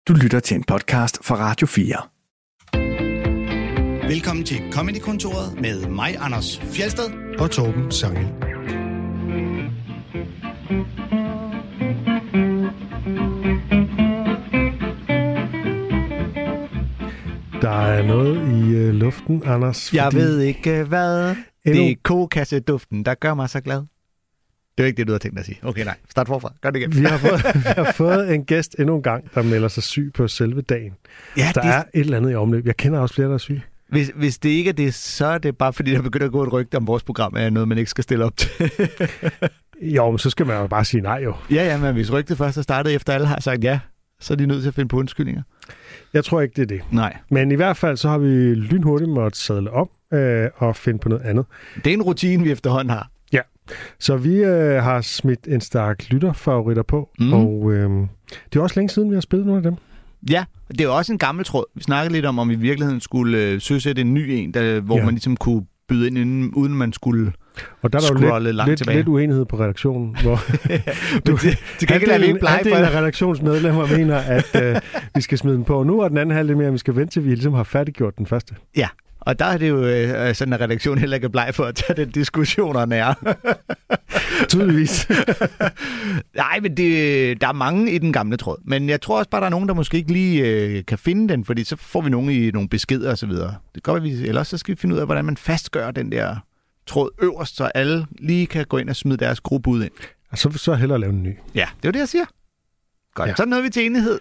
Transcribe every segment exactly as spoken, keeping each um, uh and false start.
Du lytter til en podcast fra Radio fire. Velkommen til Comedy-kontoret med mig, Anders Fjeldsted og Torben Sangel. Der er noget i øh, luften, Anders. Jeg ved ikke hvad. Endnu... Det er kokasseduften, der gør mig så glad. Det er ikke det, du har tænkt at sige. Okay, nej. Start forfra. Gør det igen. Vi har fået, vi har fået en gæst endnu en gang, der melder sig syg på selve dagen. Ja, der det... er et eller andet i omløb. Jeg kender også flere, der er syge. Hvis, hvis det ikke er det, så er det bare fordi, der begynder at gå et rygte om vores program, er noget, man ikke skal stille op til. Jo, men så skal man jo bare sige nej, jo. Ja, ja, men hvis rygtet først er startet, efter alle har sagt ja, så er de nødt til at finde på undskyldninger. Jeg tror ikke, det er det. Nej. Men i hvert fald, så har vi lynhurtigt måttet sadle om øh, og finde på noget andet. Det er en rutine, vi efterhånden har. Ja, så vi øh, har smidt en stak lytterfavoritter på, mm. og øh, det er også længe siden, vi har spillet nogle af dem. Ja, det er jo også en gammel tråd. Vi snakkede lidt om, om vi i virkeligheden skulle øh, søsætte en ny en, der, hvor ja. man ligesom kunne byde ind, inden, uden man skulle og der er der jo lidt, lidt, lidt uenighed på redaktionen, hvor du, det, det kan ikke lade være blege for. En af redaktionsmedlemmer mener, at øh, vi skal smide den på nu, og den anden halvdel mere, at vi skal vente til, vi ligesom har færdiggjort den første. Ja, og der er det jo øh, sådan, at redaktionen heller ikke er bleg for at tage den diskussionerne er. Tydeligvis. Nej, men det, der er mange i den gamle tråd. Men jeg tror også bare, der er nogen, der måske ikke lige øh, kan finde den, fordi så får vi nogen i nogle beskeder og så videre. Det kan godt være, ellers så skal vi finde ud af, hvordan man fastgør den der tråd øverst, så alle lige kan gå ind og smide deres gruppe ud ind. Og så, så hellere lave en ny. Ja, det er jo det, jeg siger. Godt, ja. Så nåede vi til enighed.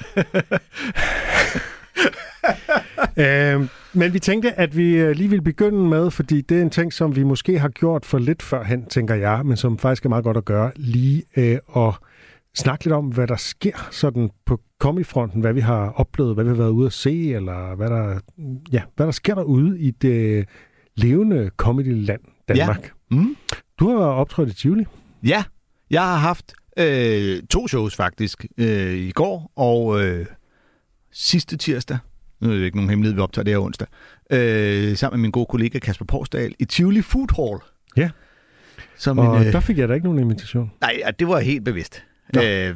øh, men vi tænkte, at vi lige ville begynde med, fordi det er en ting, som vi måske har gjort for lidt førhen, tænker jeg, men som faktisk er meget godt at gøre, lige øh, at snakke lidt om, hvad der sker sådan på comedyfronten, hvad vi har oplevet, hvad vi har været ude at se, eller hvad der, ja, hvad der sker derude i det levende comedyland Danmark. Ja. Mm. Du har optrådt i Tivoli. Ja, jeg har haft øh, to shows faktisk øh, i går og øh, sidste tirsdag. Nu er det ikke nogen hemmelighed, vi optager det her onsdag. Øh, sammen med min gode kollega Kasper Porsdal i Tivoli Food Hall. Ja, som og en, øh, der fik jeg da ikke nogen invitation. Nej, det var helt bevidst. Øh,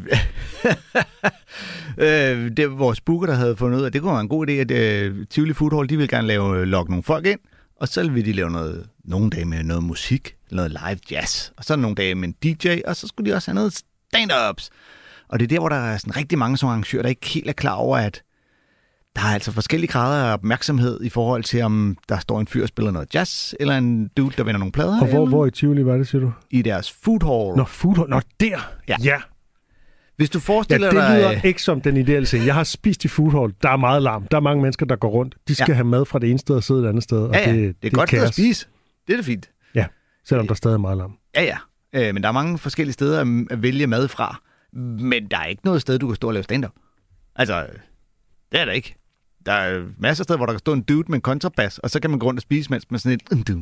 øh, det var vores booker, der havde fundet ud af, det kunne være en god idé, at øh, Tivoli Food Hall, de ville gerne lave, lokke nogle folk ind, og så ville de lave noget, nogle dage med noget musik, noget live jazz, og så nogle dage med en D J, og så skulle de også have noget stand-ups. Og det er der, hvor der er sådan rigtig mange som arrangører, der ikke helt er klar over, at der er altså forskellige grader af opmærksomhed i forhold til, om der står en fyr og spiller noget jazz, eller en dude, der vender nogle plader. Og hvor, hvor i Tivoli var det, siger du? I deres food hall. Nå, food hall. Nå, der! Ja. ja. Hvis du forestiller dig... Ja, det lyder dig... ikke som den ideelle scene. Jeg har spist i food hall. Der er meget larm. Der er mange mennesker, der går rundt. De skal ja. have mad fra det ene sted og sidde et andet sted. Og ja, ja. Det, det er det godt er sted at spise. Det er det fint. Ja, selvom der stadig er meget larm. Ja, ja. Øh, men der er mange forskellige steder at vælge mad fra. Men der er ikke noget sted, du kan stå og lave stand-up. Altså, det er der ikke. Der er masser af steder, hvor der kan stå en dude med en kontrabas, og så kan man gå rundt og spise, mens man sådan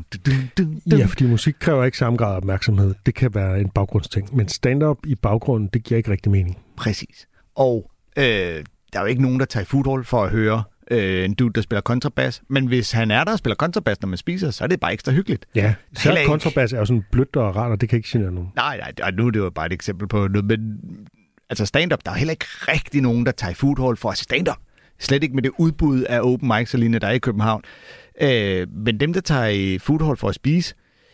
et... Ja, fordi musik kræver ikke samme grad af opmærksomhed. Det kan være en baggrundsting. Men stand-up i baggrunden, det giver ikke rigtig mening. Præcis. Og øh, der er jo ikke nogen, der tager i food hall for at høre øh, en dude, der spiller kontrabas. Men hvis han er der og spiller kontrabas, når man spiser, så er det bare ekstra hyggeligt. Ja, så kontrabas er jo sådan blødt og rart, og det kan ikke genere nogen. Nej, nej, nu er det jo bare et eksempel på noget. Men altså stand-up, der er heller ikke rigtig nogen, der tager i food hall for at se stand-up. Slet ikke med det udbud af open mics og lignende, der er i København. Øh, men dem, der tager i food hall for at spise,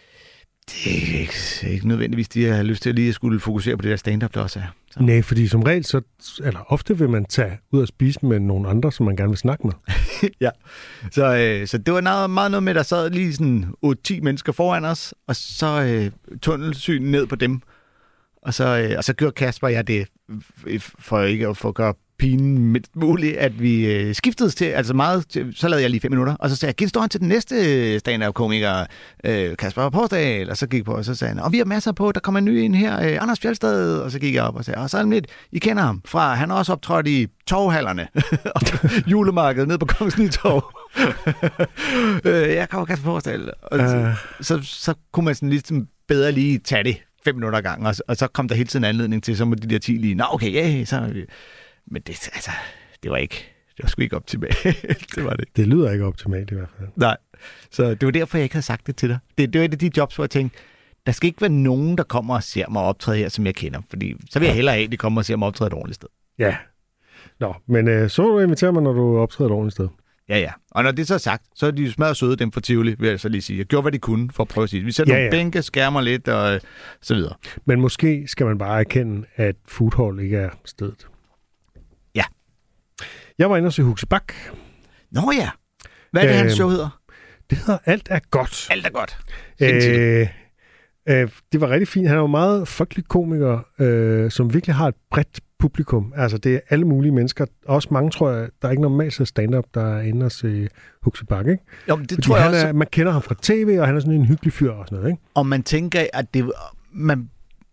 det er ikke, ikke nødvendigvis, de har lyst til at lige at skulle fokusere på det der stand-up, der også er. Så. Nej, fordi som regel, så, eller ofte vil man tage ud og spise med nogle andre, som man gerne vil snakke med. Ja, så, øh, så det var meget, meget noget med, der sad lige sådan otte ti mennesker foran os, og så øh, tunnelsyn ned på dem. Og så, øh, og så gjorde Kasper og jeg det, for ikke at få gøre pinen mindst muligt, at vi øh, skiftedes til, altså meget, til, så lavede jeg lige fem minutter, og så sagde jeg, giv stå til den næste stand-up-komiker, øh, Kasper Porsdal, og så gik jeg på, og så sagde han, og vi har masser på, der kommer en ny ind her, øh, Anders Fjeldsted, og så gik jeg op og sagde, og så er det lidt, I kender ham fra, han har også optrådt i torvhallerne, og julemarkedet ned på Kongens Nytorv. øh, jeg kommer Kasper Porsdal, og uh. så, så, så kunne man sådan ligesom bedre lige tage det fem minutter gang, og, og så kom der hele tiden anledning til, så må de der ti lige, nå okay, ja, yeah, så... Men det, altså, det var ikke, det var sgu ikke optimalt. Det var det. Det lyder ikke optimalt i hvert fald. Nej, så det var derfor, jeg ikke havde sagt det til dig. Det, det var et af de jobs, hvor jeg tænkte, der skal ikke være nogen, der kommer og ser mig optræde her, som jeg kender. Fordi så vil jeg hellere have, at de kommer og ser mig optræde et ordentligt sted. Ja, Nå, men øh, så du inviterer mig, når du optræder et ordentligt sted. Ja, ja. Og når det så er sagt, så er de jo smadret søde, dem for Tivoli, vil jeg så lige sige. Jeg gjorde, hvad de kunne for at prøve at sige. Vi sætter ja, ja. nogle bænke, skærmer lidt og øh, så videre. Men måske skal man bare erkende, at Food Hall ikke er stedet. Ja. Jeg var inde og se Huxi Bach. Nå ja. Hvad er det, øh, hans show hedder? Det hedder Alt er godt. Alt er godt. Øh, øh, det var rigtig fint. Han er jo meget folkelig komiker, øh, som virkelig har et bredt publikum. Altså, det er alle mulige mennesker. Også mange, tror jeg, der er ikke normalt så stand-up, der er inde og se Huxi Bach, ikke? Jo, men det Fordi tror jeg han også. Er, man kender ham fra tv, og han er sådan en hyggelig fyr og sådan noget, ikke? Og man tænker, at det... Man,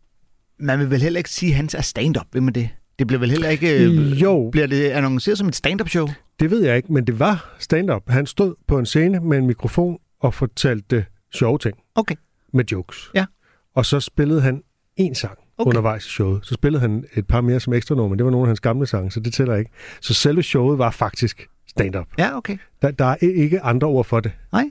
man vil vel heller ikke sige, at hans er stand-up, vil man det? Det bliver vel heller ikke... Jo. Bliver det annonceret som et stand-up show? Det ved jeg ikke, men det var stand-up. Han stod på en scene med en mikrofon og fortalte sjove ting. Okay. Med jokes. Ja. Og så spillede han en sang okay. undervejs i showet. Så spillede han et par mere som ekstra nummer. Det var nogle af hans gamle sange, så det tæller ikke. Så selve showet var faktisk stand-up. Ja, okay. Der, der er ikke andre ord for det. Nej.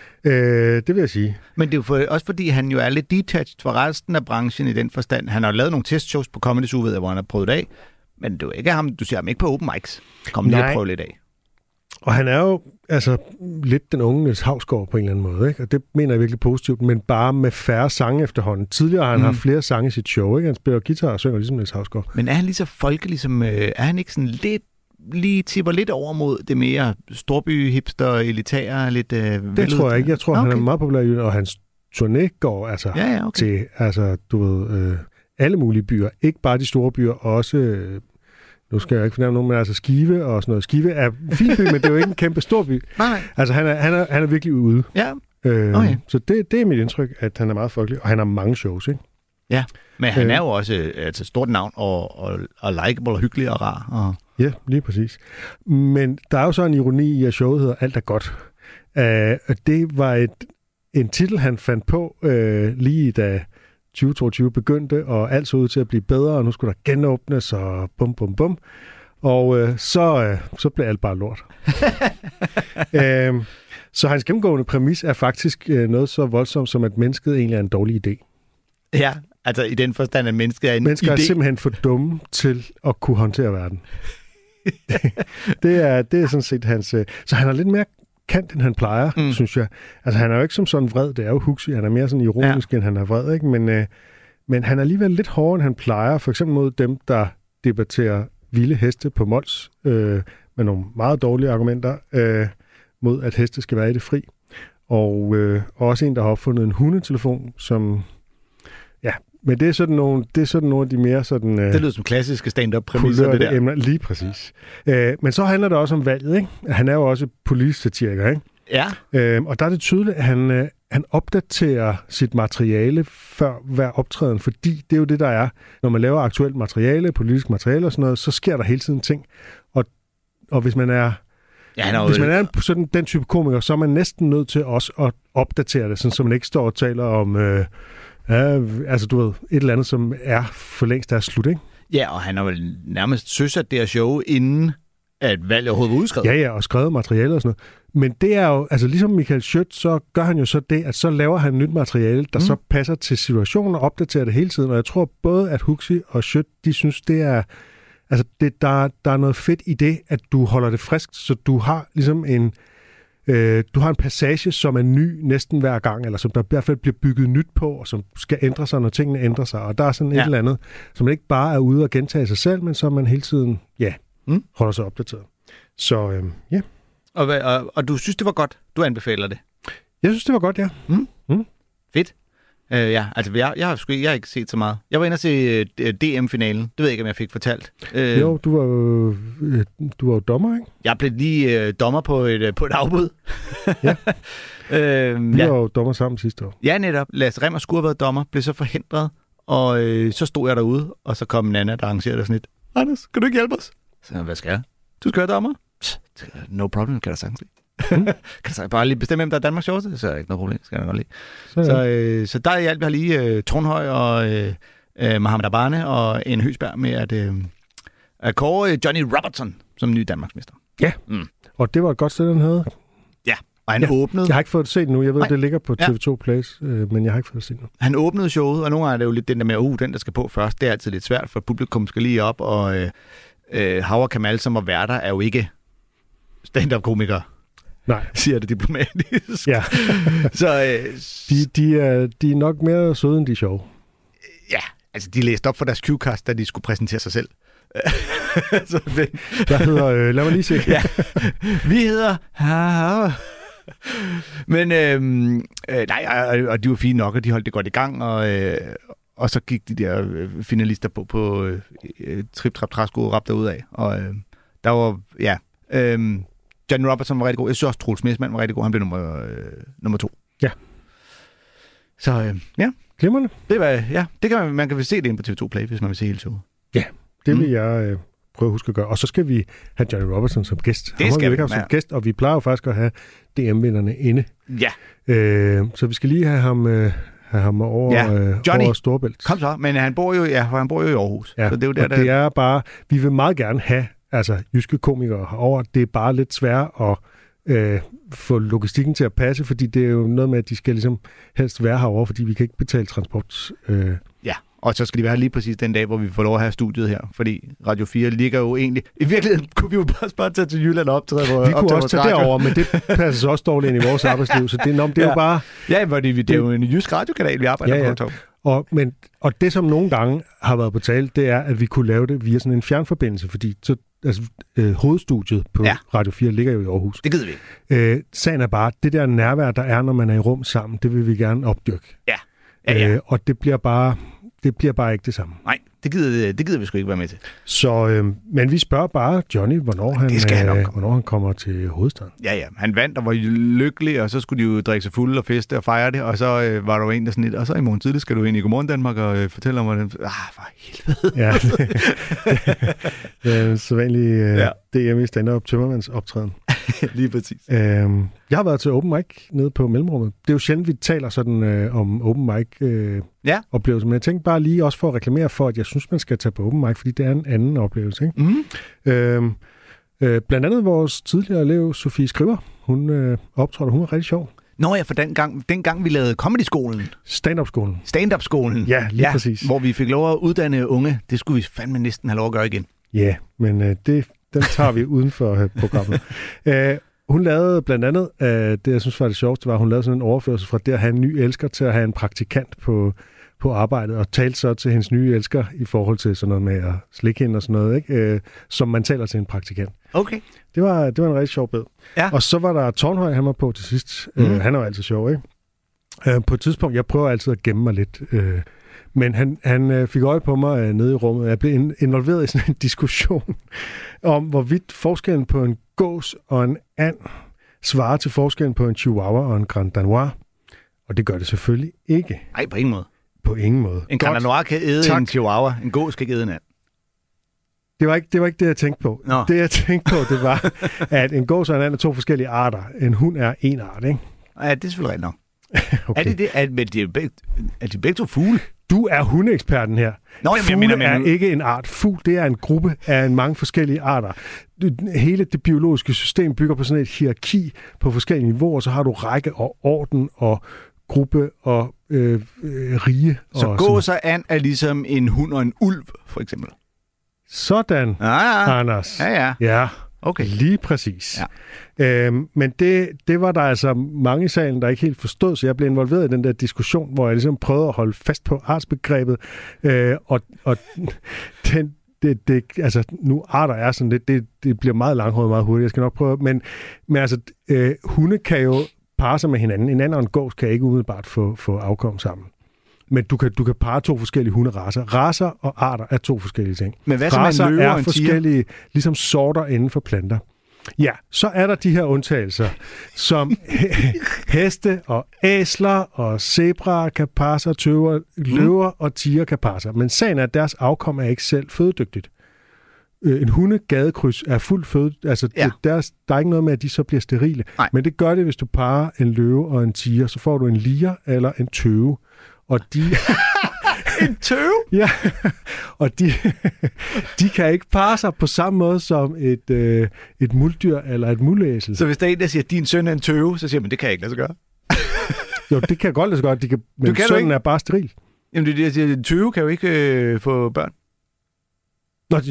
Øh, det vil jeg sige. Men det er jo for, også fordi, han jo er lidt detached fra resten af branchen i den forstand. Han har jo lavet nogle testshows på Comedy Zoo, ved jeg, hvor han har prøvet det af. Men det er jo ikke ham, du ser ham ikke på open mics. Kom lige og prøve lidt af. Og han er jo altså lidt den unge Niels Hausgaard på en eller anden måde, ikke? Og det mener jeg virkelig positivt, men bare med færre sange efterhånden. Tidligere har han mm. haft flere sange i sit show, ikke? Han spiller guitar og synger ligesom Niels Hausgaard. Men er han lige så folkelig som... Øh, er han ikke sådan lidt... lige tipper lidt over mod det mere storby-hipster, elitære, lidt... Øh, det velud. Tror jeg ikke. Jeg tror, okay. han er meget populær, og hans turné går altså ja, ja, okay. til altså, du ved, øh, alle mulige byer. Ikke bare de store byer, også... Øh, nu skal jeg ikke fornemme nogen, men altså Skive og sådan noget. Skive er en fin by, men det er jo ikke en kæmpe stor by. Nej. Altså, han er, han er, han er virkelig ude. Ja. Øh, okay. Så det, det er mit indtryk, at han er meget folkelig, og han har mange shows, ikke? Ja, men han øh, er jo også altså, stort navn, og, og, og likeable, og hyggelig og rar. Og... Ja, lige præcis. Men der er jo så en ironi i, at showet hedder Alt er godt. Uh, det var et, en titel, han fandt på uh, lige da tyve toogtyve begyndte, og alt så ud til at blive bedre, og nu skulle der genåbnes, og bum, bum, bum. Og uh, så, uh, så blev alt bare lort. uh, så hans gennemgående præmis er faktisk uh, noget så voldsomt, som at mennesket egentlig er en dårlig idé. Ja, altså i den forstand, at mennesket er en Mennesker idé. er simpelthen for dumme til at kunne håndtere verden. det, er, det er sådan set hans... Så han er lidt mere kant, end han plejer, mm. synes jeg. Altså han er jo ikke som sådan vred, det er jo Huxi. Han er mere sådan ironisk, ja. end han er vred, ikke? Men, øh, men han er alligevel lidt hårdere, end han plejer. For eksempel mod dem, der debatterer vilde heste på Mols, øh, med nogle meget dårlige argumenter, øh, mod at heste skal være i det fri. Og øh, også en, der har opfundet en hundetelefon, som... Ja, men det er sådan nogle, det er sådan nogle af de mere sådan... Øh, det lyder som klassiske stand-up-præmisser, det der. Emner, lige præcis. Øh, men så handler det også om valget, ikke? Han er jo også politisk satiriker, ikke? Ja. Øh, og der er det tydeligt, at han, øh, han opdaterer sit materiale før hver optræden, fordi det er jo det, der er. Når man laver aktuelt materiale, politisk materiale og sådan noget, så sker der hele tiden ting. Og, og hvis man er... Ja, hvis man er en, sådan den type komiker, så er man næsten nødt til også at opdatere det, sådan, så man ikke står og taler om... Øh, Ja, altså du ved, et eller andet, som er for længst der slut, ikke? Ja, og han har vel nærmest søsat det her show, inden at valget overhovedet var udskrevet. Ja, ja, og skrevet materiale og sådan noget. Men det er jo, altså ligesom Michael Schødt, så gør han jo så det, at så laver han nyt materiale, der mm. så passer til situationen og opdaterer det hele tiden. Og jeg tror både, at Huxi og Schødt, de synes, det er, altså det, der, der er noget fedt i det, at du holder det frisk, så du har ligesom en, øh, du har en passage, som er ny næsten hver gang, eller som der i hvert fald bliver bygget nyt på, og som skal ændre sig, når tingene ændrer sig. Og der er sådan ja. et eller andet, som man ikke bare er ude og gentage sig selv, men som man hele tiden, ja, mm. holder sig opdateret. Så, øh, ja. Og, og, og du synes, det var godt? Du anbefaler det? Jeg synes, det var godt, ja. Mm. Mm. Fedt. Uh, ja, altså jeg, jeg har sgu jeg har ikke set så meget. Jeg var inde og se uh, D M-finalen. Det ved jeg ikke, om jeg fik fortalt. Uh, jo, du var jo uh, du var jo dommer, ikke? Jeg blev lige uh, dommer på et, uh, på et afbud. Ja. uh, Vi ja. var jo dommer sammen sidste år. Ja, netop. Lasse Rimmer skulle have været dommer, blev så forhindret, og uh, så stod jeg derude, og så kom Nana, der arrangerede sådan lidt. Anders, kan du ikke hjælpe os? Så hvad skal jeg? Du skal være dommer? No problem, kan der sagtens lide. Mm. Kan du bare lige bestemme, hvem der er Danmarks sjoveste? Så er det ikke noget problem, skal jeg nok lide. Så, så, øh, så der hjalp jeg lige øh, Tornhøj og øh, øh, Mohamed Abane og en Høsberg med at, øh, at kåre Johnny Robertson som ny Danmarksmester. Ja, mm. og det var et godt sted, den havde. Ja, og han ja. åbnede... Jeg har ikke fået det set nu. Jeg ved, Nej. det ligger på T V to ja. Plays, øh, men jeg har ikke fået det set nu. Han åbnede showet, og nogle gange er det jo lidt den der med, uh, den der skal på først. Det er altid lidt svært, for publikum skal lige op og... Øh, øh, Hav og Kamal, som var værter, er jo ikke stand-up-komikere. Nej. Siger det diplomatisk. Ja. Så, øh, de, de, er, de er nok mere søde, end de er sjove. Ja, altså de læste op for deres Q-cast, da de skulle præsentere sig selv. Så det... Der hedder, øh, lad mig lige se. Ja. Vi hedder... Men øhm, øh, nej, og de var fine nok, og de holdt det godt i gang, og, øh, og så gik de der finalister på, på øh, trip, trap, træsko og rap derudad. Og øh, der var, ja... Øh, John Robertson var rigtig god. Jeg synes også, Troels Messmann var rigtig god. Han blev nummer, øh, nummer to. Ja. Så øh, ja. Glimrende. Det var, ja, det kan man, man kan vel se det inde på T V to Play, hvis man vil se hele showet. Ja, det vil mm. jeg øh, prøve at huske at gøre. Og så skal vi have Johnny Robertson som gæst. Det Han skal vi vi ikke have som gæst, og vi plejer jo faktisk at have D M-vinderne inde. Ja. Øh, så vi skal lige have ham, øh, have ham over, ja. øh, Johnny, over Storebælt. Kom så, men han bor jo, ja, han bor jo i Aarhus. Ja, så det er jo der, og der... det er bare, vi vil meget gerne have altså jyske komikere herover. Det er bare lidt svært at øh, få logistikken til at passe, fordi det er jo noget med, at de skal ligesom helst være herover, fordi vi kan ikke betale transport. Øh. Ja, og så skal de være lige præcis den dag, hvor vi får lov at have studiet her, fordi Radio fire ligger jo egentlig... I virkeligheden kunne vi jo bare, bare tage til Jylland og optræde. Vi kunne også tage derover, men det passer så også dårligt ind i vores arbejdsliv, så det, det er ja. jo bare... Ja, fordi det er jo en jysk radiokanal, vi arbejder ja, ja. på. Og, men, og det, som nogle gange har været på tale, det er, at vi kunne lave det via sådan en fjernforbindelse, fordi så, altså, øh, hovedstudiet på ja. Radio fire ligger jo i Aarhus. Det gider vi. Øh, sagen er bare, det der nærvær, der er, når man er i rum sammen, det vil vi gerne opdyrke. Ja. Ja, ja. Øh, og det bliver bare... Det bliver bare ikke det samme. Nej, det gider, det gider vi sgu ikke være med til. Så, øh, men vi spørger bare Johnny, hvornår han, han, øh, hvornår han kommer til hovedstaden. Ja, ja. Han vandt og var lykkelig, og så skulle de jo drikke sig fulde og feste og fejre det, og så øh, var der jo en, der sådan lidt, og så i morgen tidlig skal du ind i Godmorgen Danmark og øh, fortælle om, hvordan... Ah, for helvede. Ja, det er en sædvanlig øh, ja. D M i stand-up tømmermands optræden. Lige præcis. Øhm, jeg har været til open mic nede på Mellemrummet. Det er jo sjældent, vi taler sådan øh, om open mic øh, ja. oplevelser, men jeg tænkte bare lige også for at reklamere for, at jeg synes, man skal tage på open mic, fordi det er en anden oplevelse. Ikke? Mm. Øhm, øh, blandt andet vores tidligere elev, Sofie Skriver, hun øh, optrådte, hun var rigtig sjov. Nå ja, for den gang, den gang vi lavede Comedy-skolen. Stand-up-skolen. Stand-up-skolen. Ja, lige ja, præcis. Hvor vi fik lov at uddanne unge. Det skulle vi fandme næsten have lov at gøre igen. Ja, men øh, det, den tager vi uden for øh, programmet. øh, Hun lavede blandt andet, øh, det jeg synes var det sjoveste, var, at hun lavede sådan en overførsel fra det at have en ny elsker til at have en praktikant på, på arbejdet, og talte så til hendes nye elsker i forhold til sådan noget med at slikke hende og sådan noget, ikke? Øh, som man taler til en praktikant. Okay. Det var, det var en rigtig sjov bid. Ja. Og så var der Tornhøj, han var på til sidst. Mm. Øh, han er jo altid sjov, ikke? Øh, på et tidspunkt, jeg prøver altid at gemme mig lidt, øh, men han, han øh, fik øje på mig øh, nede i rummet. Jeg blev in- involveret i sådan en diskussion om, hvorvidt forskellen på en gås og en and svarer til forskellen på en chihuahua og en Grand Danois. Og det gør det selvfølgelig ikke. Nej, på ingen måde. På ingen måde. En Grand Danois kan æde tak. En chihuahua. En gås kan ikke æde en and. Det var, ikke, det var ikke det, jeg tænkte på. Nå. Det, jeg tænkte på, det var, at en gås og en and er to forskellige arter. En hund er en art, ikke? Ja, det er selvfølgelig rigtigt nok. Okay. Er det det? Er, men de er, begge, er de begge to fugle? Du er hundeeksperten her. Nå, jeg fugle mener, mener, er ikke en art. Fugl, det er en gruppe af en mange forskellige arter. Hele det biologiske system bygger på sådan et hierarki på forskellige niveauer. Så har du række og orden og gruppe og øh, øh, rige. Så og gås og and er ligesom en hund og en ulv, for eksempel? Sådan, ja, ja. Anders. Ja, ja. Ja, okay. Lige præcis. Ja. Øhm, men det, det var der altså mange i salen, der ikke helt forstod, så jeg blev involveret i den der diskussion, hvor jeg ligesom prøvede at holde fast på artsbegrebet. Øh, og og den, det, det, altså, nu arter er sådan lidt, det, det bliver meget langhåret meget hurtigt, jeg skal nok prøve. Men, men altså, øh, hunde kan jo parre sig med hinanden. En anden og en gås kan ikke umiddelbart få, få afkom sammen. Men du kan, du kan parre to forskellige hunderacer. Racer og arter er to forskellige ting. Men hvad så racer med en løve er og en forskellige, ligesom sorter inden for planter. Ja, så er der de her undtagelser, som heste og æsler og zebraer kan parre sig, tøver, løver og tiger kan parre sig. Men sagen er, at deres afkom er ikke selv fødedygtigt. En hundegadekryds er fuldt føde, altså ja. deres, der er ikke noget med, at de så bliver sterile. Nej. Men det gør det, hvis du parrer en løve og en tiger, så får du en liger eller en tøve. Og de... en tøve? Ja, og de, de kan ikke parre sig på samme måde som et, øh, et muldyr eller et mulæsel. Så hvis der er en, der siger, at din søn er en tøve, så siger man, det kan jeg ikke lade sig gøre. Jo, det kan godt lade sig gøre, de kan, men kan sønnen er bare steril. Jamen det er det, jeg siger, en tøve kan jo ikke øh, få børn. Nå, din,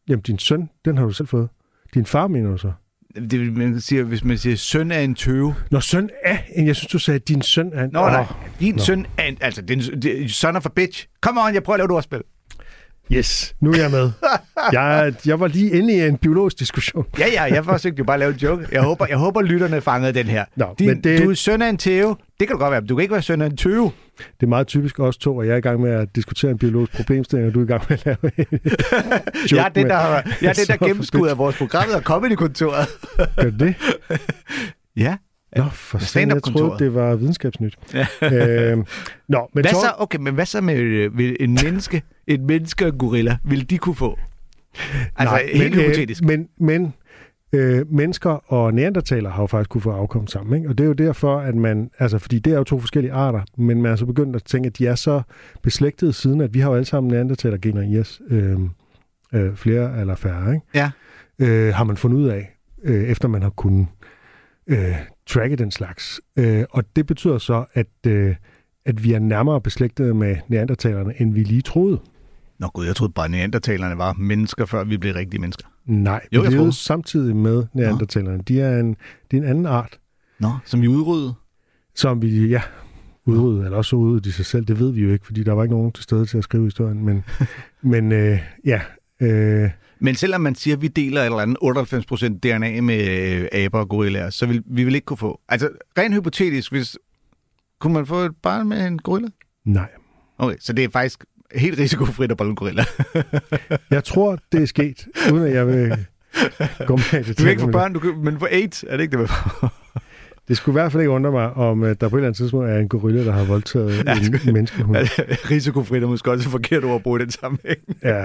Jamen, din søn, den har du selv fået. Din far, mener du så? Det, man siger, hvis man siger, søn af en tøve. Nå, søn af en... Jeg synes, du sagde, din søn er en... Nå, nej. Oh, Din nå. søn er en... Altså, din, din son of a bitch. Come on, jeg prøver at lave et ordspil. Yes, nu er jeg med. jeg, jeg var lige inde i en biologisk diskussion. Ja, ja, jeg forsøgte jo bare at lave en joke. Jeg håber, jeg håber lytterne fangede den her. Nå, Din, men det, du er søn af en tæve. Det kan du godt være, men du kan ikke være søn af en tøve. det er meget typisk os to, og jeg er i gang med at diskutere en biologisk problemstilling, og du er i gang med at lave en joke. Jeg er den, der, jeg er den, der Så gennemskud af vores program, og Comedy-kontoret. Gør du det? Ja. Nå, for sådan, jeg troede, det var videnskabsnyt. Ja. øhm, nå, men hvad Tor... så, okay, men hvad så med øh, en menneske, et menneske og en gorilla? Vil de kunne få? Altså, Nej, helt men, hypotetisk. Øh, men men øh, mennesker og neandertalere har jo faktisk kunne få afkom sammen, ikke? Og det er jo derfor, at man... Altså, fordi det er jo to forskellige arter, men man er så begyndt at tænke, at de er så beslægtede siden, at vi har jo alle sammen neandertaler-gener i os. Øh, øh, flere eller færre, ikke? Ja. Øh, har man fundet ud af, øh, efter man har kunnet øh, tracke den slags. Øh, og det betyder så, at, øh, at vi er nærmere beslægtede med neandertalerne, end vi lige troede. Nå gud, jeg troede bare, at neandertalerne var mennesker, før vi blev rigtige mennesker. Nej, Jo, vi jeg levede troede. samtidig med neandertalerne. De er en, det er en anden art, Nå, som vi udryddede? som vi, ja, udryddede, eller også udryddede de sig selv. Det ved vi jo ikke, fordi der var ikke nogen til stede til at skrive historien. Men, men øh, ja... Øh, Men selvom man siger, at vi deler et eller andet otteoghalvfems procent D N A med øh, aber og gorillaer, så vil vi vil ikke kunne få... Altså, rent hypotetisk, hvis... Kunne man få et barn med en gorilla? nej. Okay, så det er faktisk helt risikofrit at bolle en gorilla. Jeg tror, det er sket, uden at jeg vil gå med i det. Du kan ikke få børn, du kan, men få AIDS, er det ikke det, man får? Det skulle i hvert fald ikke undre mig, om uh, der på et eller andet tidspunkt er en gorilla, der har voldtaget Ja, en skulle- menneskehund. Risikofrit er måske også et forkert ord at bruge i den sammenhæng. Ja.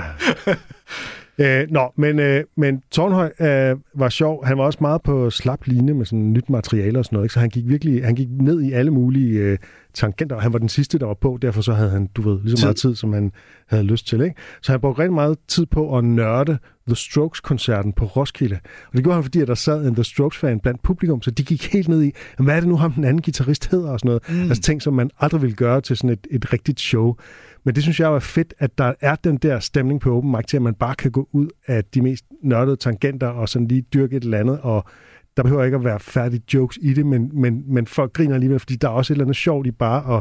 Øh, nå, men, øh, men Tornhøj øh, var sjov. Han var også meget på slap line med sådan nyt materiale og sådan noget. Ikke? Så han gik virkelig han gik ned i alle mulige øh, tangenter. Han var den sidste, der var på. Derfor så havde han, du ved, lige så meget tid, som han havde lyst til. Ikke? Så han brugte rigtig meget tid på at nørde The Strokes-koncerten på Roskilde. Og det gjorde han, fordi at der sad en The Strokes-fan blandt publikum, så de gik helt ned i, hvad er det nu, ham den anden guitarist hedder og sådan noget. Mm. Altså ting, som man aldrig ville gøre til sådan et, et rigtigt show. Men det synes jeg er fedt, at der er den der stemning på open mic til, at man bare kan gå ud af de mest nørdede tangenter og sådan lige dyrke et eller andet, og der behøver ikke at være færdige jokes i det, men, men, men folk griner alligevel, fordi der er også et eller andet sjovt i bare at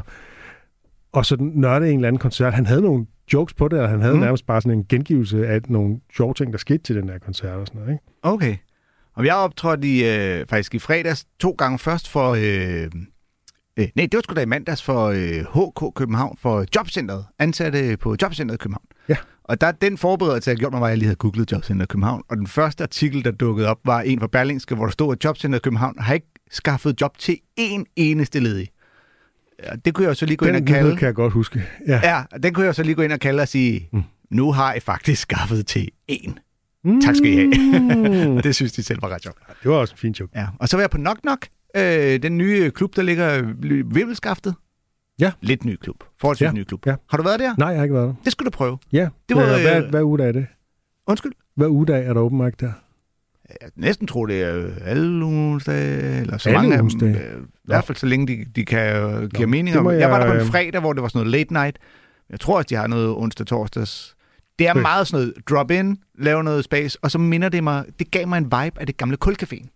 og sådan nørde en eller anden koncert. Han havde nogle jokes på det, og han havde mm. nærmest bare sådan en gengivelse af nogle sjove ting, der skete til den der koncert og sådan noget, ikke? Okay. Og jeg optrådte i, øh, faktisk i fredags to gange først for... Øh, øh, nej, det var sgu da i mandags for øh, H K København, for Jobcentret, ansatte på Jobcentret i København. Ja. Og der den forberedelse, jeg gjorde mig, var, at jeg lige havde googlet Jobcentret i København. Og den første artikel, der dukkede op, var en fra Berlingske, hvor der stod, at Jobcentret i København har ikke skaffet job til én eneste ledig. Ja, det kunne jeg jo så lige gå Den ind og kalde. Den kan jeg godt huske. Ja. Ja, den kunne jeg jo så lige gå ind og kalde og sige, mm. nu har I faktisk skaffet til én. Mm. Tak skal I have. Det synes de selv var ret sjovt. Det var også en fin joke. Ja. Og så var jeg på Knock Knock, øh, den nye klub, der ligger ved Vivelskaftet. Ja. Lidt ny klub. Forholdsvis Ja. ny klub. Ja. har du været der? Nej, jeg har ikke været der. Det skulle du prøve. Ja, Det var, øh, hvad, øh, hvad ugedag er det? Undskyld. Hvad ugedag er der open mic der? Jeg næsten tror, det er alle ugeonsdage, eller så Alle mange af dem. ugeonsdage? Øh, I hvert fald så længe de, de kan øh, give Nå, mening. det må Jeg, jeg, jeg var der på en øh, fredag, hvor det var sådan noget late night. Jeg tror også, de har noget onsdag-torsdags. Det er Okay. meget sådan noget drop-in, lave noget space, og så minder det mig, det gav mig en vibe af det gamle Kulcaféen.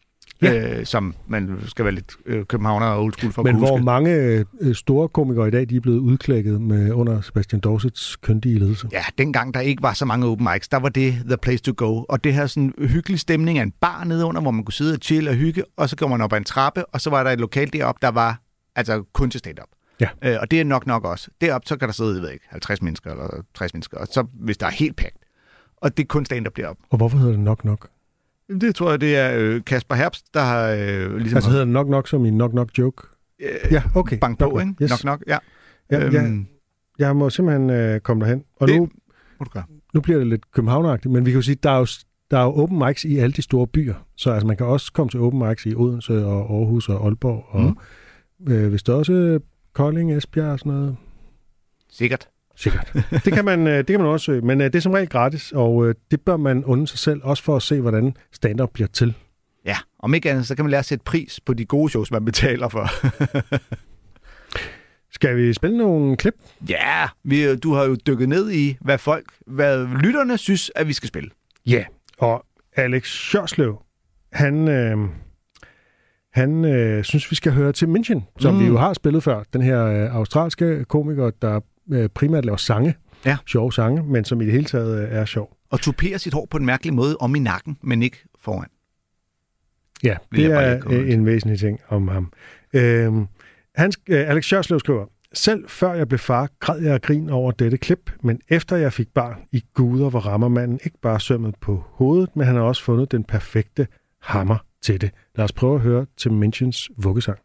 Ja. Øh, som man skal være lidt øh, københavner og old school for at Men kunne hvor huske. mange øh, store komikere i dag, de er blevet udklækket med under Sebastian Dorsets køndige ledelse. Ja, dengang der ikke var så mange open mics, der var det the place to go. Og det her sådan hyggelig stemning af en bar nede under, hvor man kunne sidde og chill og hygge, og så går man op ad en trappe, og så var der et lokal deroppe, der var altså kun til stand-up. Ja. Øh, og det er nok nok også. Deroppe, så kan der sidde, jeg ved ikke, halvtreds mennesker eller tres mennesker, og så hvis der er helt pakket. Og det er kun stand-up deroppe. Og hvorfor hedder det Knock Knock? Det tror jeg, det er øh, Kasper Herbst, der har øh, ligesom... Altså hedder det Knock Knock som i Knock Knock Joke? øh, Ja, okay. Bank på, Knock ikke? Knock. Yes. Nok nok, ja. Ja, øhm, ja. Jeg må simpelthen øh, komme derhen. Og Det- nu, Må du gøre. nu bliver det lidt københavneragtigt, men vi kan jo sige, der er jo, der er jo open mics i alle de store byer. Så altså, man kan også komme til open mics i Odense og Aarhus og Aalborg. Og Mm. øh, hvis der også er Kolding, Esbjerg og sådan noget. Sikkert. Sikkert. det, kan man, øh, det kan man også søge, men øh, det er som regel gratis, og øh, det bør man unde sig selv, også for at se, hvordan stand-up bliver til. Ja, om ikke andet, så kan man lære at sætte pris på de gode shows, man betaler for. Skal vi spille nogle klip? Ja, vi, du har jo dykket ned i, hvad folk, hvad lytterne synes, at vi skal spille. Ja, yeah. Og Alex Sjørslev, han, øh, han øh, synes, vi skal høre til Minchen, som mm. vi jo har spillet før. Den her øh, australske komiker, der øh, primært laver sange, ja. sjove sange, men som i det hele taget øh, er sjov. Og tuperer sit hår på en mærkelig måde om i nakken, men ikke foran. Ja, det er øh, en væsentlig ting om ham. Øh, han, øh, Alex Sjørslev skriver, selv før jeg blev far, græd jeg af grin over dette klip, men efter jeg fik barn i guder, hvor rammer manden ikke bare sømmet på hovedet, men han har også fundet den perfekte hammer til det. Lad os prøve at høre til Minchens vuggesang.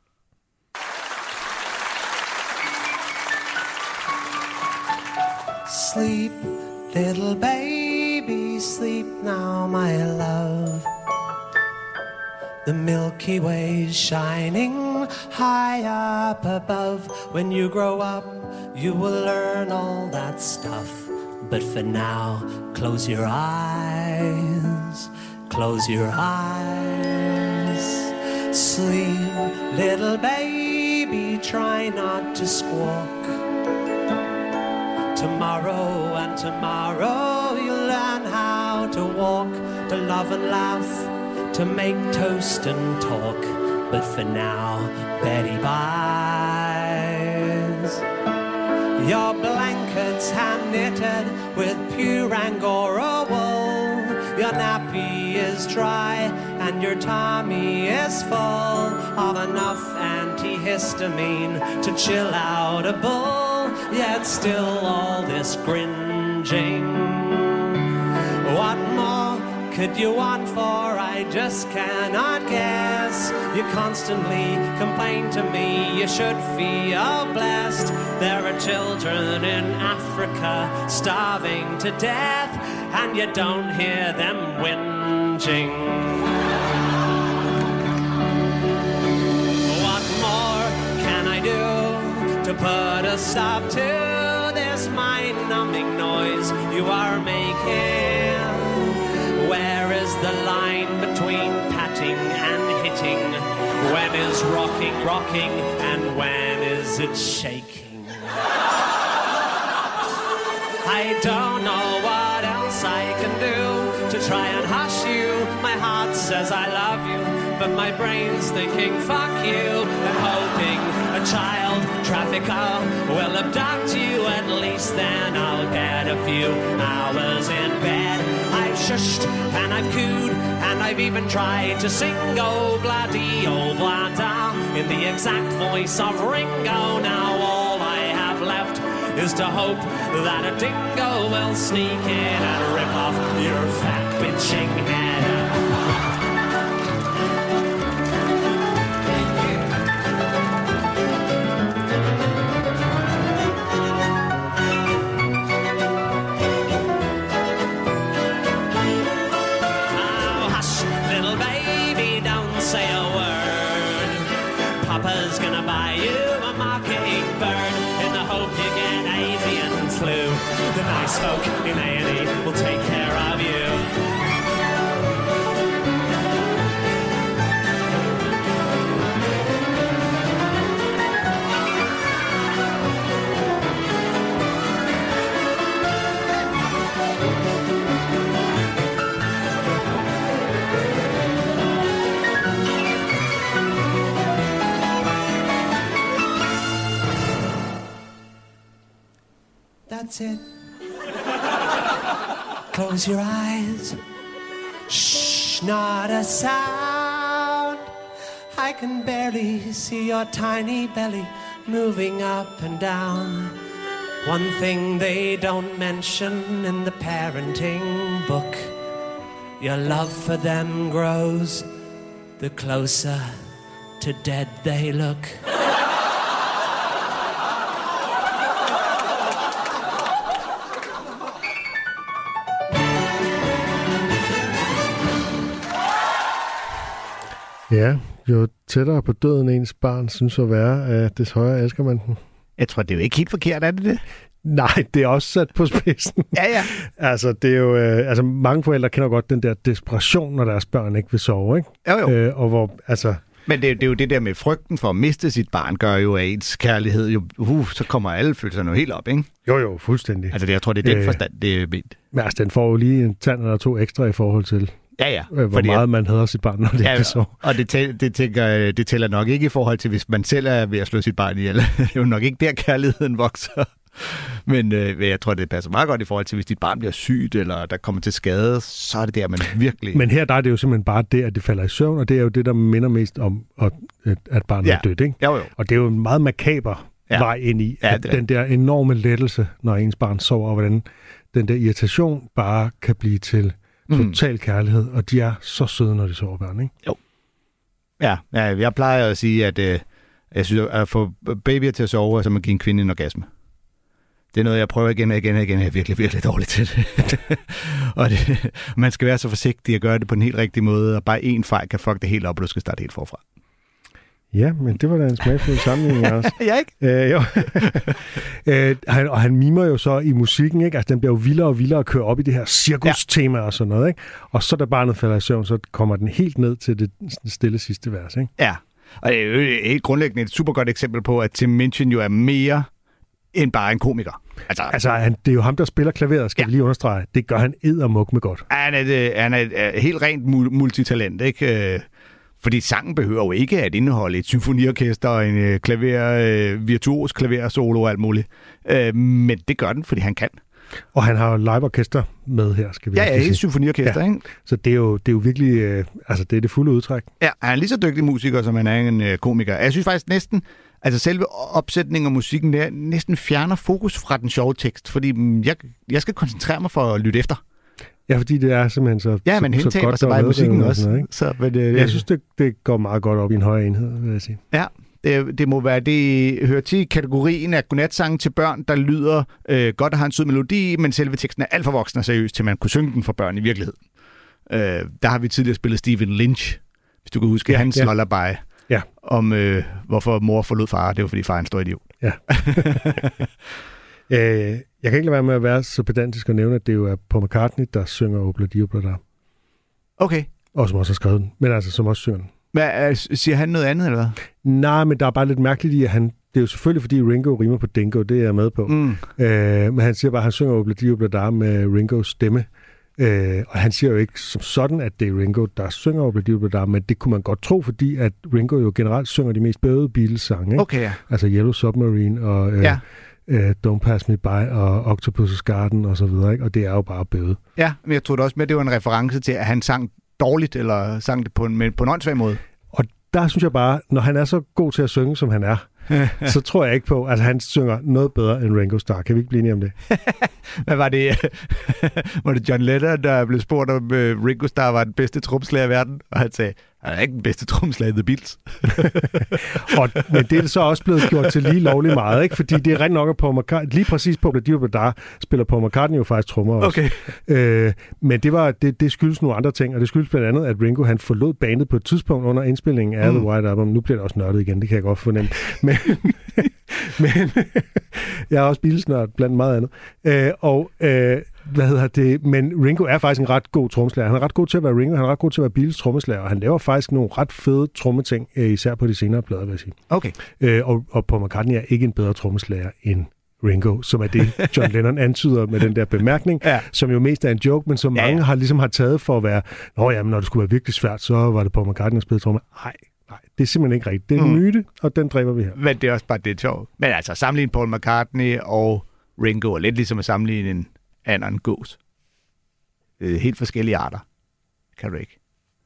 Sleep, little baby, sleep now, my love. The Milky Way's shining high up above. When you grow up, you will learn all that stuff. But for now, close your eyes, close your eyes. Sleep, little baby, try not to squawk. Tomorrow and tomorrow you'll learn how to walk, to love and laugh, to make toast and talk. But for now, Betty buys your blankets hand knitted with pure Angora wool. Your nappy is dry and your tummy is full of enough antihistamine to chill out a bull. Yet still all this gringing. What more could you want for? I just cannot guess. You constantly complain to me. You should feel blessed. There are children in Africa starving to death, and you don't hear them whinging. What more can I do to put a stop to this mind-numbing noise you are making? Where is the line between patting and hitting? When is rocking rocking and when is it shaking? I don't know what else I can do to try and hush you. My heart says I love you, but my brain's thinking fuck you, and hoping a child trafficker will abduct you. At least then I'll get a few hours in bed. I've shushed and I've cooed and I've even tried to sing oh bloody oh blada in the exact voice of Ringo. Now all I have left is to hope that a dingo will sneak in and rip off your fat bitching head. Papa's gonna buy you a mockingbird in the hope you get avian flu. The nice folk in A and E will take care of you. That's it. Close your eyes. Shh, not a sound. I can barely see your tiny belly moving up and down. One thing they don't mention in the parenting book, your love for them grows the closer to dead they look. Ja, jo tættere på døden ens barn synes at være, des højere elsker man den. Jeg tror, det er jo ikke helt forkert, er det det? Nej, det er også sat på spidsen. Ja, ja. Altså, det er jo, øh, altså, mange forældre kender godt den der desperation, når deres børn ikke vil sove, ikke? Jo, jo. Øh, og hvor, altså... Men det, det er jo det der med frygten for at miste sit barn, gør jo, at ens kærlighed, jo, uh, så kommer alle følelserne jo helt op, ikke? Jo, jo, fuldstændig. Altså, det, jeg tror, det er den øh, forstand, det er ment. Men altså, den får jo lige en tand eller to ekstra i forhold til, ja, ja. hvor fordi, meget man hader sit barn, når det ja, ikke så. Og det, tæ- det, tænker, det tæller nok ikke i forhold til, hvis man selv er ved at slå sit barn ihjel. Det er jo nok ikke der, kærligheden vokser. Men øh, jeg tror, det passer meget godt i forhold til, hvis dit barn bliver sygt, eller der kommer til skade, så er det der, man virkelig... Men her der er det jo simpelthen bare det, at det falder i søvn, og det er jo det, der minder mest om, at barnet ja. er dødt, ikke? Jo, jo. Og det er jo en meget makaber ja. vej ind i, ja, den der enorme lettelse, når ens barn sover, og hvordan den der irritation bare kan blive til total mm. kærlighed, og de er så søde, når de sover, børn, ikke? Jo. Ja, ja jeg plejer at sige, at øh, jeg synes, at få babyer til at sove, så man giver en kvinde en orgasme. Det er noget, jeg prøver igen og igen og igen. Jeg er virkelig, virkelig dårlig til det. Og det, man skal være så forsigtig at gøre det på den helt rigtige måde, og bare én fejl kan fuck det helt op, og du skal starte helt forfra. Ja, men det var da en smagfuld sammenligning også. Ja, ikke? Øh, jo. øh, han, og han mimer jo så i musikken, ikke? Altså, den bliver jo vildere og vildere at køre op i det her cirkus-tema ja. og sådan noget, ikke? Og så da barnet falder i søvn, så kommer den helt ned til det stille sidste vers, ikke? Ja, og det er jo helt grundlæggende et super godt eksempel på, at Tim Minchin jo er mere end bare en komiker. Altså, altså han, det er jo ham, der spiller klaveret, skal ja. vi lige understrege. Det gør han eddermuk med godt. Han er, det, han er et helt rent multitalent, ikke? Fordi sangen behøver jo ikke at indeholde et symfoniorkester, en klaver, virtuos klaver-solo og alt muligt. Men det gør den, fordi han kan. Og han har jo liveorkester med her, skal vi ja, sige. Ja, et symfoniorkester, ja. Ikke? Så det er jo, det er jo virkelig, øh, altså det er det fulde udtræk. Ja, han er lige så dygtig musiker, som han er en øh, komiker. Jeg synes faktisk næsten, altså selve opsætningen og musikken der, næsten fjerner fokus fra den sjove tekst, fordi jeg, jeg skal koncentrere mig for at lytte efter. Ja, fordi det er simpelthen så, ja, men så, så godt, så bare i musikken også. Sådan noget, så, men, øh, jeg synes, det, det går meget godt op i en højere enhed, vil jeg sige. Ja. Det, det må være, det hører til kategorien af godnatsange til børn, der lyder øh, godt og har en sød melodi, men selve teksten er alt for voksen og seriøs, til man kunne synge den for børn i virkeligheden. Øh, der har vi tidligere spillet Stephen Lynch, hvis du kan huske, ja, hans ja. lullaby, ja. om øh, hvorfor mor forlod far. Det var, fordi far er en stor idiot. Ja. øh, jeg kan ikke lade være med at være så pedantisk og nævne, at det jo er Paul McCartney, der synger Obladi Oblada. Okay. Og som også har skrevet den, men altså som også synger den. Hvad, siger han noget andet, eller hvad? Nej, men der er bare lidt mærkeligt i, at han... Det er jo selvfølgelig, fordi Ringo rimer på Dingo, det er jeg med på. Mm. Øh, men han siger bare, at han synger Obladi Oblada med Ringos stemme. Øh, og han siger jo ikke som sådan, at det er Ringo, der synger Obladi Oblada, men det kunne man godt tro, fordi at Ringo jo generelt synger de mest bøvede Beatles-sange. Ikke? Okay, ja. Altså Yellow Submarine og øh, ja. øh, Don't Pass Me By og Octopus's Garden og så videre. Ikke? Og det er jo bare bøvet. Ja, men jeg troede også med, at det var en reference til, at han sang dårligt, eller sang det på en, på en åndssvag måde. Og der synes jeg bare, når han er så god til at synge, som han er, så tror jeg ikke på, at altså, han synger noget bedre end Ringo Starr. Kan vi ikke blive enige om det? Hvad var det? Var det John Lennon, der blev spurgt, om uh, Ringo Starr var den bedste trommeslager i verden? Og han sagde, han er ikke den bedste trommeslager i The Beatles. og, men det er så også blevet gjort til lige lovligt meget, ikke? Fordi det er rigtig nok, at Paul McCartney, lige præcis på Obladi Oblada, spiller Paul McCartney jo faktisk trommer også. Okay. Øh, men det, var, det, det skyldes nogle andre ting, og det skyldes blandt andet, at Ringo han forlod bandet på et tidspunkt under indspillingen af mm. The White Album. Nu bliver det også nørdet igen, det kan jeg godt fornemme. Men, men jeg er også bilsnørd blandt meget andet. Øh, og øh, hvad hedder det? Men Ringo er faktisk en ret god trommeslager. Han er ret god til at være Ringo, han er ret god til at være Beatles trommeslager, og han laver faktisk nogle ret fede trommeting, især på de senere plader, vil jeg sige. Okay. Øh, og, og Paul McCartney er ikke en bedre trommeslager end Ringo, som er det, John Lennon antyder med den der bemærkning, ja. Som jo mest er en joke, men som ja, ja. mange har ligesom har taget for at være, nå jamen, når det skulle være virkelig svært, så var det Paul McCartney, der spillede trommer. Nej, nej, det er simpelthen ikke rigtigt. Det er en mm. myte, og den dræber vi her. Men det er også bare det sjovt. Men altså, sammenligne Paul McCartney og Ringo er lidt ligesom at sammenligne en and og en gås. Det er helt forskellige arter. Kan du ikke?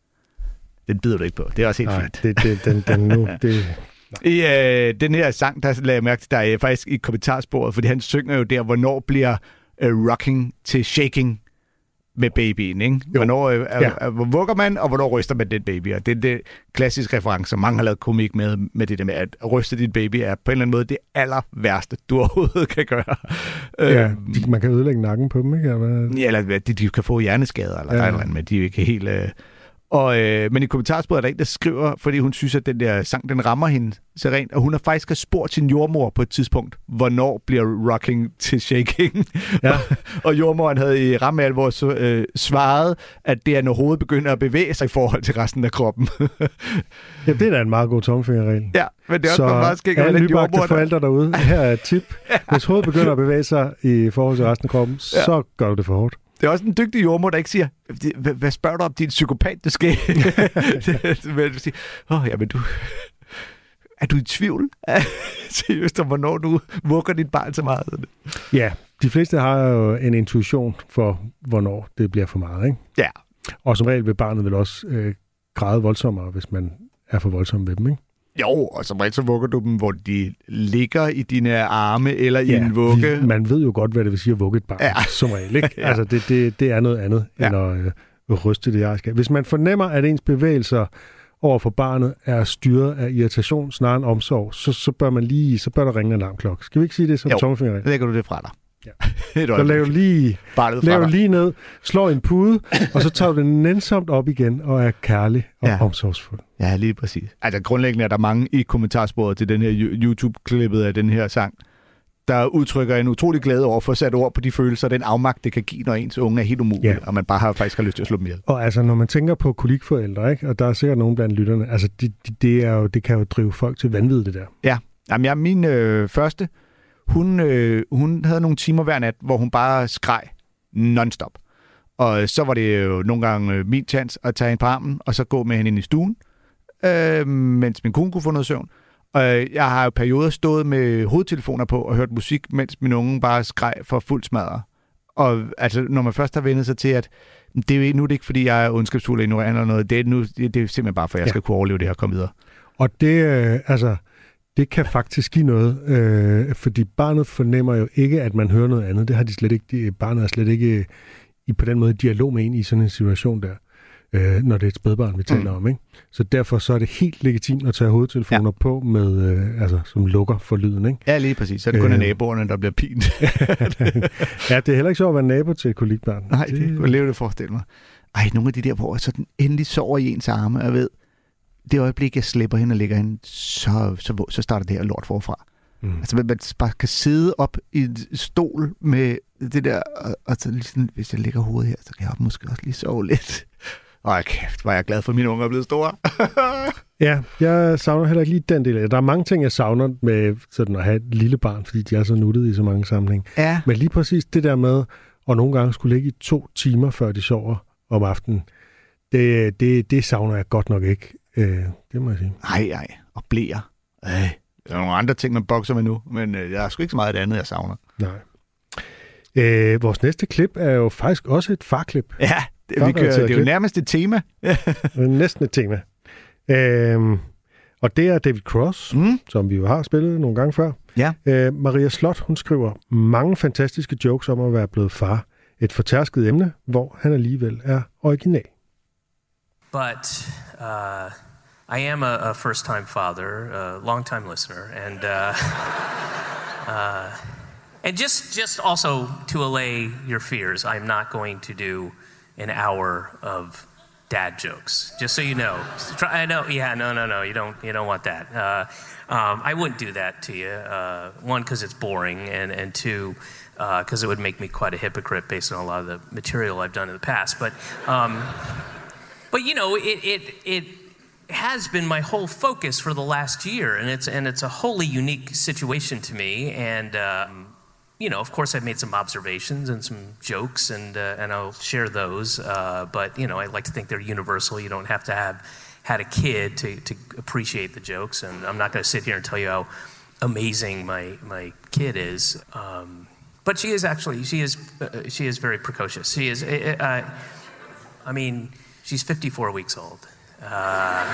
Den bider du ikke på. Det er også helt nej, fint. Det, det, den, den nu, det... I øh, den her sang, der lagde jeg mærke til, der er faktisk i kommentarsporet, fordi han synger jo der, hvornår bliver øh, rocking til shaking med babyen, ikke? Hvornår øh, ja. er, hvor vugger man, og hvornår ryster man den baby? Og det er det klassiske reference, som mange har lavet komik med, med det der med, at ryste din baby er på en eller anden måde det aller værste, du overhovedet kan gøre. Ja, de, man kan ødelægge nakken på dem, ikke? Eller, ja, eller de, de kan få hjerneskader, eller ja. eller andet, men de er ikke helt... Øh, Og, øh, men i kommentarsporet er der en, der skriver, fordi hun synes, at den der sang, den rammer hende så rent, og hun har faktisk har spurgt sin jordmor på et tidspunkt, hvornår bliver rocking til shaking. Ja. og, og jordmoren havde i ramme alvor så, øh, svaret, at det er, når hovedet begynder at bevæge sig i forhold til resten af kroppen. Ja, det er da en meget god tommelfingerregel. Ja, men det er også så meget skægt, alle den nybagte jordmor, forældre derude, her er et tip. Hvis hovedet begynder at bevæge sig i forhold til resten af kroppen, ja. så gør du det for hårdt. Det er også en dygtig jordmor, der ikke siger, hvad spørger du om, din psykopat, det sker? Men du siger, åh, jamen du, er du i tvivl? Seriøst om, hvornår du vugger dit barn så meget? Ja, de fleste har jo en intuition for, hvornår det bliver for meget, ikke? Ja. Og som regel vil barnet vel også øh, græde voldsommere, hvis man er for voldsom ved dem, ikke? Jo, og som regel så vugger du dem, hvor de ligger i dine arme eller ja, i en vugge. Vi, man ved jo godt, hvad det vil sige at vugge et barn, ja. som regel, ikke? ja. Altså, det, det, det er noget andet, ja. end at øh, ryste det jeriske. Hvis man fornemmer, at ens bevægelser over for barnet er styret af irritation snarere end omsorg, så, så bør man lige, så bør der ringe en alarmklokke. Skal vi ikke sige det som tommelfingerregel? Lægger du det fra dig. Ja. Så lav lige, lav lige ned, slår en pude, og så tager du det nænsomt op igen og er kærlig og ja. omsorgsfuld. Ja, lige præcis. Altså grundlæggende er der mange i kommentarsporet til den her YouTube-klippet af den her sang, der udtrykker en utrolig glæde over at få sat ord på de følelser, den afmagt, det kan give, når ens unge er helt umulig, ja. og man bare har, faktisk har lyst til at slå dem ihjel. Og altså, når man tænker på kolikforældre, ikke? Og der er sikkert nogen blandt lytterne, altså, det, de, det, er jo, det kan jo drive folk til vanvid, det der. Ja, jamen, jeg, min øh, første, hun, øh, hun havde nogle timer hver nat, hvor hun bare skreg non-stop. Og så var det jo nogle gange øh, min chance at tage hende på armen, og så gå med hende ind i stuen, øh, mens min kone kunne få noget søvn. Og jeg har jo perioder stået med hovedtelefoner på og hørt musik, mens min unge bare skreg for fuld smadre. Og altså, når man først har vendt sig til, at det er jo, nu er det ikke, fordi jeg er ondskabsfuld eller ignorant eller noget, det er, nu, det, det er simpelthen bare, for at jeg ja. skal kunne overleve det her og komme videre. Og det, øh, altså, det kan faktisk give noget, øh, fordi barnet fornemmer jo ikke, at man hører noget andet. Det har de slet ikke. De, barnet er slet ikke i, på den måde dialog med en i sådan en situation der. Øh, når det er et spædbarn, vi taler mm. om, ikke? Så derfor så er det helt legitimt at tage hovedtelefoner ja. på, med, øh, altså, som lukker for lyden, ikke? Ja, lige præcis. Så er det kun øh. af naboerne, der bliver pint. Ja, det er heller ikke sjovt at være nabo til et kolikbarn. Nej, det, det kunne leve det forestille mig. Ej, nogle af de der, hvor så den endelig sover i ens arme, og jeg ved, det øjeblik, jeg slipper hende og ligger hende, så, så, så starter det her lort forfra. Mm. Altså, man bare kan sidde op i en stol med det der, og, og så ligesom, hvis jeg lægger hovedet her, så kan jeg måske også lige sove lidt. Åh, kæft, hvor er jeg glad for, at mine unger er blevet store. Ja, jeg savner heller ikke lige den del. Der er mange ting, jeg savner med sådan at have et lille barn, fordi de er så nuttede i så mange sammenhæng. Ja. Men lige præcis det der med, at nogle gange skulle ligge i to timer, før de sover om aftenen, det, det, det savner jeg godt nok ikke. Øh, det må jeg sige. Nej, nej. Og blæer. Øh. Der er nogle andre ting, man bokser med nu, men øh, jeg er sgu ikke så meget af det andet, jeg savner. Nej. Øh, vores næste klip er jo faktisk også et farklip. Ja, det, vi kører, det er jo nærmest et tema. Næsten et tema. Øhm, og det er David Cross, mm. som vi jo har spillet nogle gange før. Ja. Øh, Maria Slot, hun skriver mange fantastiske jokes om at være blevet far. Et fortærsket emne, hvor han alligevel er original. But uh, I am a, a first-time father, a long-time listener, and uh, uh, and just just also to allay your fears, I'm not going to do an hour of dad jokes. Just so you know. I know. Yeah. No. No. No. You don't. You don't want that. Uh, um, I wouldn't do that to you. Uh, one, because it's boring, and and two, because uh, it would make me quite a hypocrite based on a lot of the material I've done in the past. But. Um, But you know, it it it has been my whole focus for the last year, and it's and it's a wholly unique situation to me. And um, you know, of course, I've made some observations and some jokes, and uh, and I'll share those. Uh, but you know, I like to think they're universal. You don't have to have had a kid to to appreciate the jokes, and I'm not going to sit here and tell you how amazing my my kid is. Um, but she is actually she is uh, she is very precocious. She is. Uh, uh, I mean. She's fifty-four weeks old. Uh,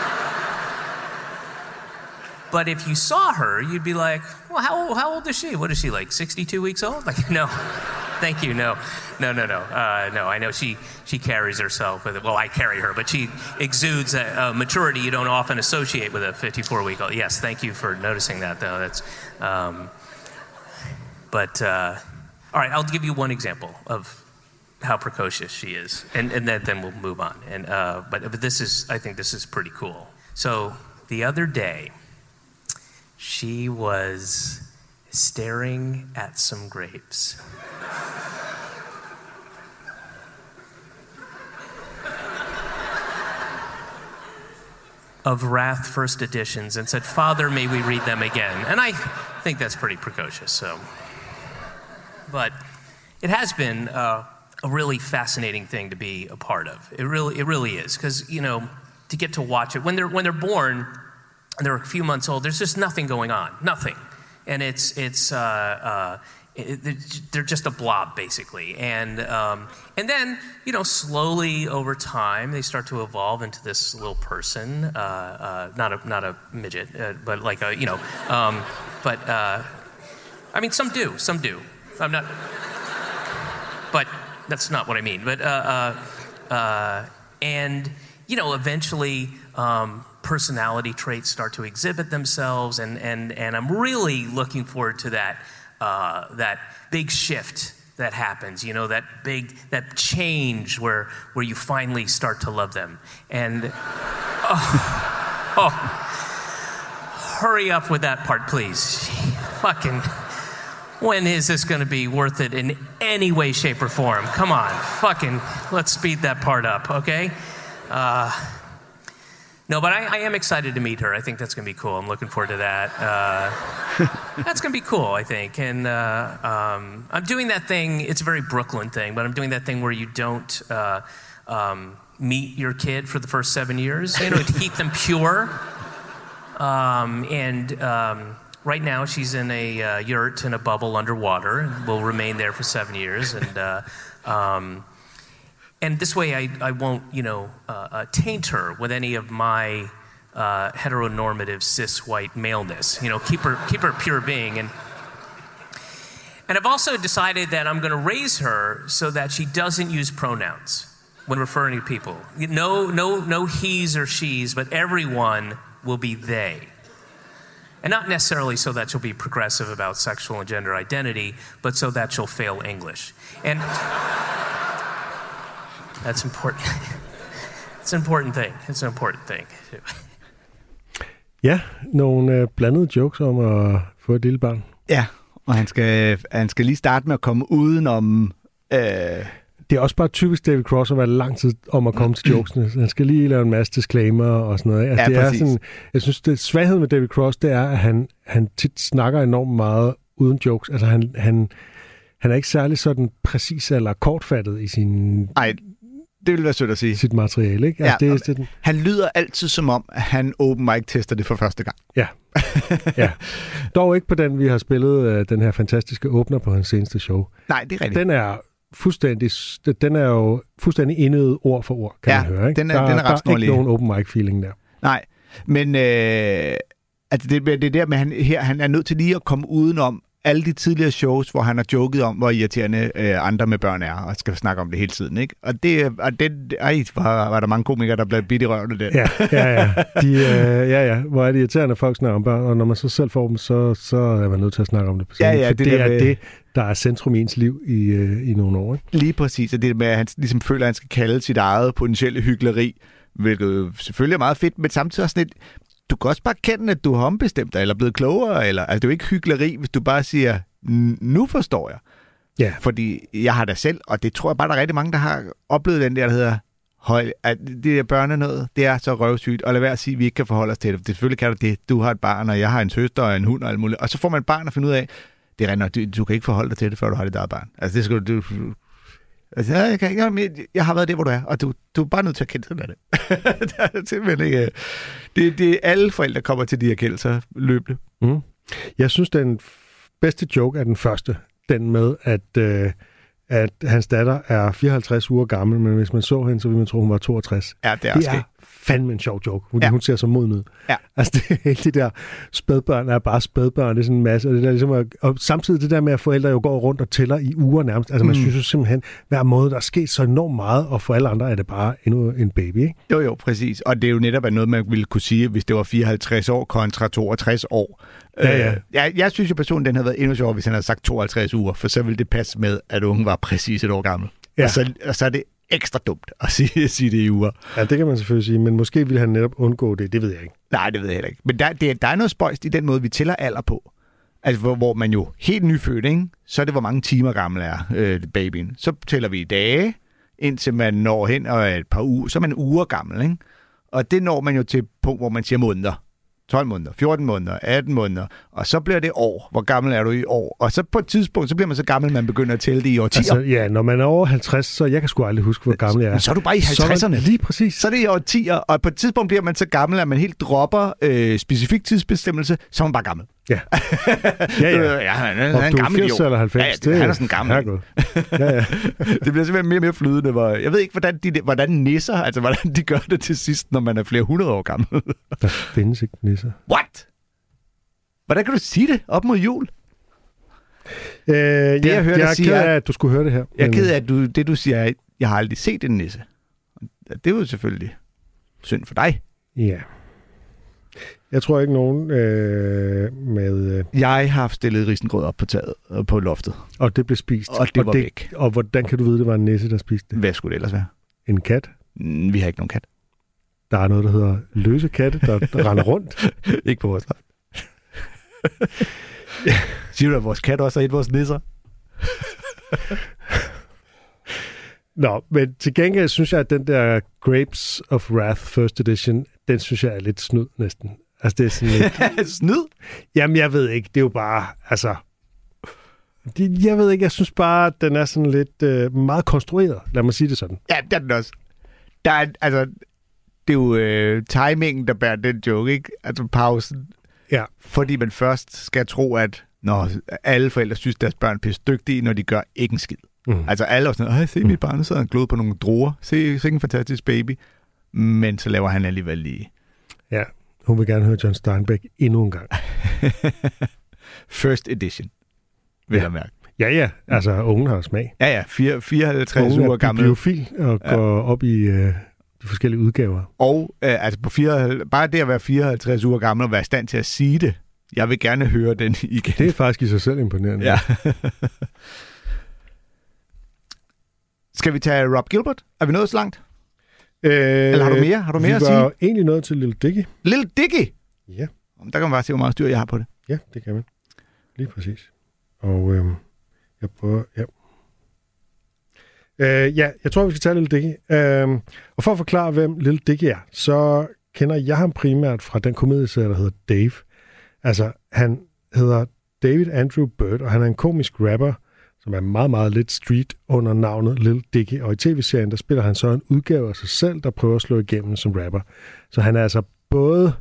but if you saw her, you'd be like, well, how, how old is she? What is she, like sixty-two weeks old? Like, no, thank you, no, no, no, no. Uh, no, I know she, she carries herself with it. Well, I carry her, but she exudes a, a maturity you don't often associate with a fifty-four-week-old. Yes, thank you for noticing that, though. That's, um, but, uh, all right, I'll give you one example of how precocious she is, and and then then we'll move on. And uh, but but this is I think this is pretty cool. So the other day, she was staring at some grapes. Of Wrath First Editions, and said, "Father, may we read them again?" And I think that's pretty precocious. So, but it has been uh, a really fascinating thing to be a part of. It really, it really is, because you know, to get to watch it when they're when they're born, and they're a few months old. There's just nothing going on, nothing, and it's it's. Uh, uh, It, they're just a blob, basically, and um, and then you know slowly over time they start to evolve into this little person, uh, uh, not a not a midget, uh, but like a you know, um, but uh, I mean some do, some do. I'm not, but that's not what I mean. But uh, uh, uh, and you know eventually. Um, personality traits start to exhibit themselves, and and and I'm really looking forward to that. Uh, that big shift that happens, you know, that big, that change where where you finally start to love them. And, oh, oh hurry up with that part, please. Fucking, when is this going to be worth it in any way, shape, or form? Come on, fucking, let's speed that part up, okay? Uh, No, but I, I am excited to meet her. I think that's going to be cool. I'm looking forward to that. Uh, that's going to be cool, I think. And uh, um, I'm doing that thing. It's a very Brooklyn thing, but I'm doing that thing where you don't uh, um, meet your kid for the first seven years, you know, to keep them pure. Um, and um, right now she's in a uh, yurt in a bubble underwater and will remain there for seven years. And uh, um, And this way, I, I won't, you know, uh, uh, taint her with any of my uh, heteronormative cis white maleness. You know, keep her keep her a pure being. And and I've also decided that I'm going to raise her so that she doesn't use pronouns when referring to people. No, no, no he's or she's, but everyone will be they. And not necessarily so that she'll be progressive about sexual and gender identity, but so that she'll fail English. And that's important. It's an important thing. It's an important thing. Ja, nogle øh, blandede jokes om at få et lille barn. Ja, og han skal, han skal lige starte med at komme udenom... Øh... Det er også bare typisk David Cross at være lang tid om at komme til jokesene. Han skal lige lave en masse disclaimer og sådan noget. Altså, Ja, det er sådan, jeg synes, det svaghed med David Cross, det er, at han, han tit snakker enormt meget uden jokes. Altså, han, han, han er ikke særlig sådan præcis eller kortfattet i sin... Ej, det vil være sødt at sige. Sit materiale, ikke? Altså, Ja, det, det, det, han lyder altid som om, at han open mic tester det for første gang. Ja. ja. Dog ikke på den, vi har spillet, uh, den her fantastiske åbner på hans seneste show. Nej, det er rigtigt. Den er fuldstændig, den er jo fuldstændig indet ord for ord, kan ja, man høre. Ikke? Den er, der, den er ret der er ikke nogen open mic feeling der. Nej, men øh, altså det, det der med, han, her, han er nødt til lige at komme udenom alle de tidligere shows, hvor han har joket om, hvor irriterende øh, andre med børn er, og skal snakke om det hele tiden, ikke? Og det, og det ej, var, var der mange komikere, der blev bidt i røven af det. Ja, ja, ja. De, øh, ja, ja. Hvor er det irriterende, at folk snakker om børn, og når man så selv får dem, så, så er man nødt til at snakke om det på scenen. Ja, ja, for det, det er med... det, der er centrum i ens liv i, øh, i nogle år, ikke? Lige præcis, og det med, at han ligesom føler, at han skal kalde sit eget potentielle hykleri, hvilket selvfølgelig er meget fedt, men samtidig også lidt, du kan også bare kende, at du har ombestemt dig, eller blevet klogere, eller, altså det er jo ikke hykleri, hvis du bare siger, nu forstår jeg. Ja. Fordi jeg har da selv, og det tror jeg bare, der er rigtig mange, der har oplevet den der, der hedder, høj, at det der børnenød, det er så røvsygt, og lad være at sige, at vi ikke kan forholde os til det. Det selvfølgelig kan du det. Du har et barn, og jeg har en søster og en hund og alt muligt. Og så får man et barn og finder ud af, det er rent, du, du kan ikke forholde dig til det, før du har dit eget barn. Altså det skal du... du altså, jeg, kan, jeg, jeg har været der, hvor du er, og du, du er bare nødt til at kende sådan af det. Det er simpelthen ikke... Det, det er alle forældre, der kommer til de erkendelser løbende. Mm. Jeg synes, den bedste joke er den første. Den med, at, øh, at hans datter er fireoghalvtreds uger gammel, men hvis man så hende, så ville man tro, hun var toogtres. Ja, det er, det er fandme en sjov joke, fordi ja. hun ser så moden ud. Ja. Altså, det er hele de der spædbørn er bare spædbørn, det er sådan en masse, og, det der, ligesom at, og samtidig det der med, at forældre jo går rundt og tæller i uger nærmest. Altså, man mm. synes jo simpelthen, hver måde, der er sket så enormt meget, og for alle andre er det bare endnu en baby, ikke? Jo, jo, præcis. Og det er jo netop noget, man ville kunne sige, hvis det var fireoghalvtreds år kontra toogtres år. Ja, ja. Øh, jeg, jeg synes jo personligt, den havde været endnu sjovere, hvis han havde sagt tooghalvtreds uger, for så ville det passe med, at ungen var præcis et år gammel. Ja. Og, så, og så er det ekstra dumt at sige, sige det i uger. Ja, det kan man selvfølgelig sige, men måske vil han netop undgå det, det ved jeg ikke. Nej, det ved jeg heller ikke. Men der, det, der er noget spøjst i den måde, vi tæller alder på. Altså, hvor, hvor man jo helt nyfødt, ikke? Så er det, hvor mange timer gammel er øh, babyen. Så tæller vi i dage, indtil man når hen og er et par uger. Så er man uger gammel, ikke? Og det når man jo til et punkt, hvor man siger måneder. tolv måneder, fjorten måneder, atten måneder, og så bliver det år. Hvor gammel er du i år? Og så på et tidspunkt, så bliver man så gammel, man begynder at tælle det i årtier. Altså, ja, når man er over halvtreds, så jeg kan sgu aldrig huske, hvor gammel jeg er. Så er du bare i halvtredserne. Lige præcis. Så er det i årtier, og på et tidspunkt bliver man så gammel, at man helt dropper øh, specifik tidsbestemmelse, så er man bare gammel. Ja. ja, ja. ja han er, og han er du en gammel firs eller halvfems. Ja, ja, det, han er sådan gammel. Ja, ja. Det bliver simpelthen mere og mere flydende. Hvor, jeg ved ikke, hvordan, de, hvordan nisser, altså hvordan de gør det til sidst, når man er flere hundrede år gammel. Der findes ikke nisser. What? Hvordan kan du sige det op mod jul? Øh, det, jeg, jeg, hørte, jeg er siger, ked af, at du skulle høre det her. Jeg er ked af, at du, det du siger, er, jeg har aldrig set en nisse. Det er jo selvfølgelig synd for dig. Ja. Jeg tror ikke nogen øh, med... Øh... Jeg har stillet risengrød op på taget, på loftet. Og det blev spist. Og det var og det, væk. Og hvordan kan du vide, det var en nisse, der spiste det? Hvad skulle det ellers være? En kat? Vi har ikke nogen kat. Der er noget, der hedder løse katte, der, der render rundt. Ikke på vores loft. Siger du, at vores kat også er et af vores nisser? Nå, men til gengæld synes jeg, at den der Grapes of Wrath First Edition, den synes jeg er lidt snyd næsten. Altså, det er sådan lidt... Snyd? Jamen, jeg ved ikke. Det er jo bare, altså... Det, jeg ved ikke, jeg synes bare, at den er sådan lidt øh, meget konstrueret. Lad mig sige det sådan. Ja, det er den også. Der er, altså, det er jo øh, timingen, der bærer den joke, ikke? Altså pausen. Ja. Fordi man først skal tro, at når alle forældre synes, deres børn er pisse dygtige, når de gør ikke en skid. Mm. Altså alle er sådan, se mit barn, så har han glået på nogle druer. Se, se en fantastisk baby. Men så laver han alligevel lige. Ja, hun vil gerne høre John Steinbeck endnu en gang. First edition, vil ja. jeg mærke. Ja, ja. Altså, ungen har smag. Ja, ja. fireoghalvtreds ungen uger gammel. Ungen er bibliofil og ja. går op i øh, de forskellige udgaver. Og øh, altså på fire, bare det at være fireoghalvtreds uger gammel og være i stand til at sige det. Jeg vil gerne høre den igen. Det er faktisk i sig selv imponerende. Ja. Skal vi tage Rob Gilbert? Er vi nået så langt? Øh, Eller har du mere? Har du mere vi at sige? Vi var egentlig nået til Lil Dicky. Lil Dicky? Ja. Der kan man bare se, hvor meget styr jeg har på det. Ja, det kan man. Lige præcis. Og øh, jeg prøver... Ja. Øh, ja, jeg tror, vi skal tage Lil Dicky. Øh, og for at forklare, hvem Lil Dicky er, så kender jeg ham primært fra den komedieserie, der hedder Dave. Altså, han hedder David Andrew Bird, og han er en komisk rapper, som er meget, meget lidt street under navnet Lil Dicky. Og i tv-serien, der spiller han så en udgave af sig selv, der prøver at slå igennem som rapper. Så han er altså både,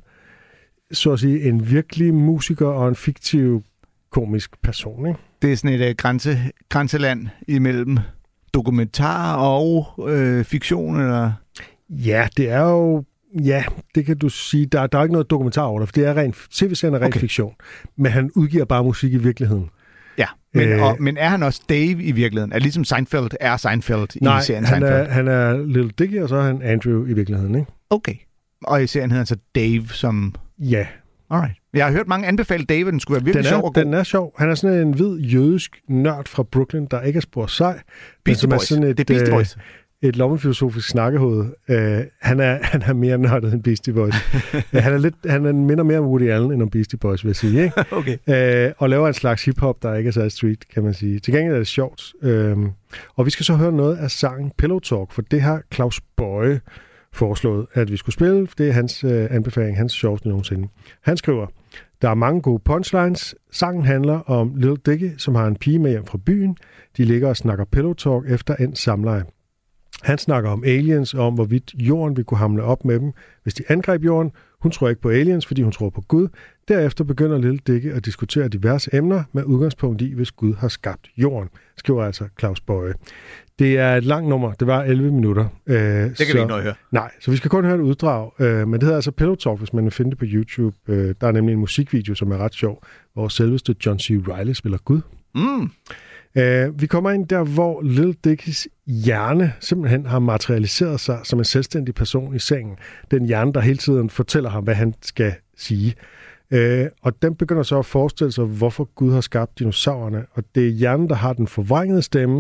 så at sige, en virkelig musiker og en fiktiv komisk person, ikke? Det er sådan et uh, grænse, grænseland imellem dokumentar og øh, fiktion, eller? Ja, det er jo... Ja, det kan du sige. Der, der er ikke noget dokumentar over det, for det er rent, tv-serien er rent okay. fiktion. Men han udgiver bare musik i virkeligheden. Ja, men, øh, og, men er han også Dave i virkeligheden? Er ligesom Seinfeld er Seinfeld nej, i serien han Seinfeld? Nej, han er Lil Dicky, og så er han Andrew i virkeligheden, ikke? Okay. Og i serien hedder han så Dave som... Ja. Alright. Jeg har hørt mange anbefale Dave, den skulle være virkelig den er, sjov og god. Den er sjov. Han er sådan en hvid jødisk nørd fra Brooklyn, der ikke er spor sej. Beastie Boys. Sådan et, det er Beastie Boys. Øh, et lommefilosofisk snakkehoved. Uh, han, er, han er mere nørdet end Beastie Boys. uh, han, er lidt, han er minder mere om Woody Allen end om Beastie Boys, vil jeg sige. Ikke? Okay. Uh, og laver en slags hiphop, der ikke er så street, kan man sige. Til gengæld er det sjovt. Uh, og vi skal så høre noget af sangen Pillow Talk, for det har Claus Bøje foreslået, at vi skulle spille. Det er hans uh, anbefaling, hans sjoveste nogensinde. Han skriver, der er mange gode punchlines. Sangen handler om Lil Dicky, som har en pige med hjem fra byen. De ligger og snakker pillow talk efter en samleje. Han snakker om aliens og om, hvorvidt jorden vil kunne hamle op med dem, hvis de angreb jorden. Hun tror ikke på aliens, fordi hun tror på Gud. Derefter begynder Lil Dicky at diskutere diverse emner med udgangspunkt i, hvis Gud har skabt jorden, skriver altså Claus Bøje. Det er et langt nummer. Det var elleve minutter. Øh, det kan så, vi ikke noget høre. Nej, så vi skal kun høre et uddrag. Øh, men det hedder altså Pillow Talk, hvis man vil finde det på YouTube. Øh, der er nemlig en musikvideo, som er ret sjov, hvor selveste John C. Reilly spiller Gud. Mm. Øh, vi kommer ind der, hvor Lil Dickys hjerne simpelthen har materialiseret sig som en selvstændig person i sengen. Den hjerne, der hele tiden fortæller ham, hvad han skal sige. Øh, og den begynder så at forestille sig, hvorfor Gud har skabt dinosaurerne. Og det er hjernen, der har den forvrængede stemme,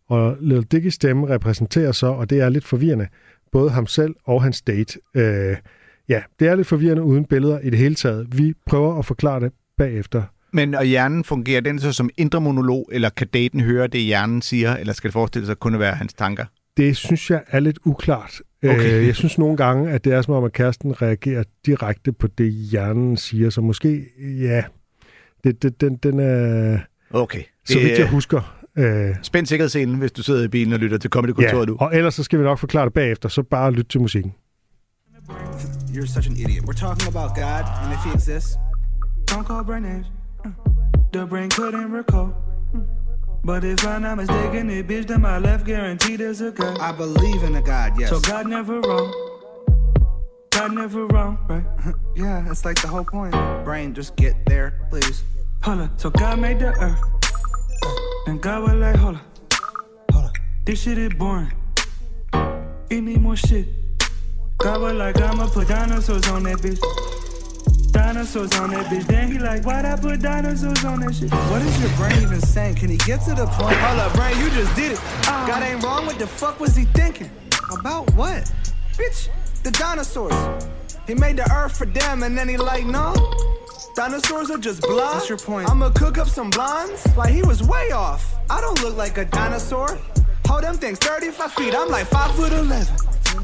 Og Lil Dickies stemme repræsenterer så, og det er lidt forvirrende, både ham selv og hans date. Øh, ja, det er lidt forvirrende uden billeder i det hele taget. Vi prøver at forklare det bagefter. Men og hjernen, fungerer den så som indre monolog, eller kan daten høre det, hjernen siger, eller skal det forestille sig at kunne være hans tanker? Det synes jeg er lidt uklart. Okay. Jeg synes nogle gange, at det er som om, at kæresten reagerer direkte på det, hjernen siger. Så måske, ja, det, det, den, den er... Okay. Så vidt jeg husker. Øh, Spænd sikkerhedsscenen, hvis du sidder i bilen og lytter til Comedy-kontoret ja, nu. Og ellers så skal vi nok forklare det bagefter, så bare lyt til musikken. You're such an idiot. We're talking about God, and if he exists, don't call brain names. The brain couldn't recall. But if I'm not mistaken, it bitch to my left, guaranteed there's a God. I believe in a God, yes. So God never wrong. God never wrong, right? Yeah, that's like the whole point. Brain, just get there, please. Hold up. So God made the earth. And God was like, hold up. Hold up. This shit is boring. It need more shit. God was like, I'ma put dinosaurs on that bitch. Dinosaurs on that bitch. Then he like, why'd I put dinosaurs on that shit? What is your brain even saying? Can he get to the point? Hold up, brain, you just did it. Uh, God ain't wrong. What the fuck was he thinking? About what? Bitch, the dinosaurs. He made the earth for them and then he like, no. Dinosaurs are just blonde. That's your point. I'ma cook up some blondes? Like he was way off. I don't look like a dinosaur. Hold them things thirty-five feet. I'm like five foot eleven.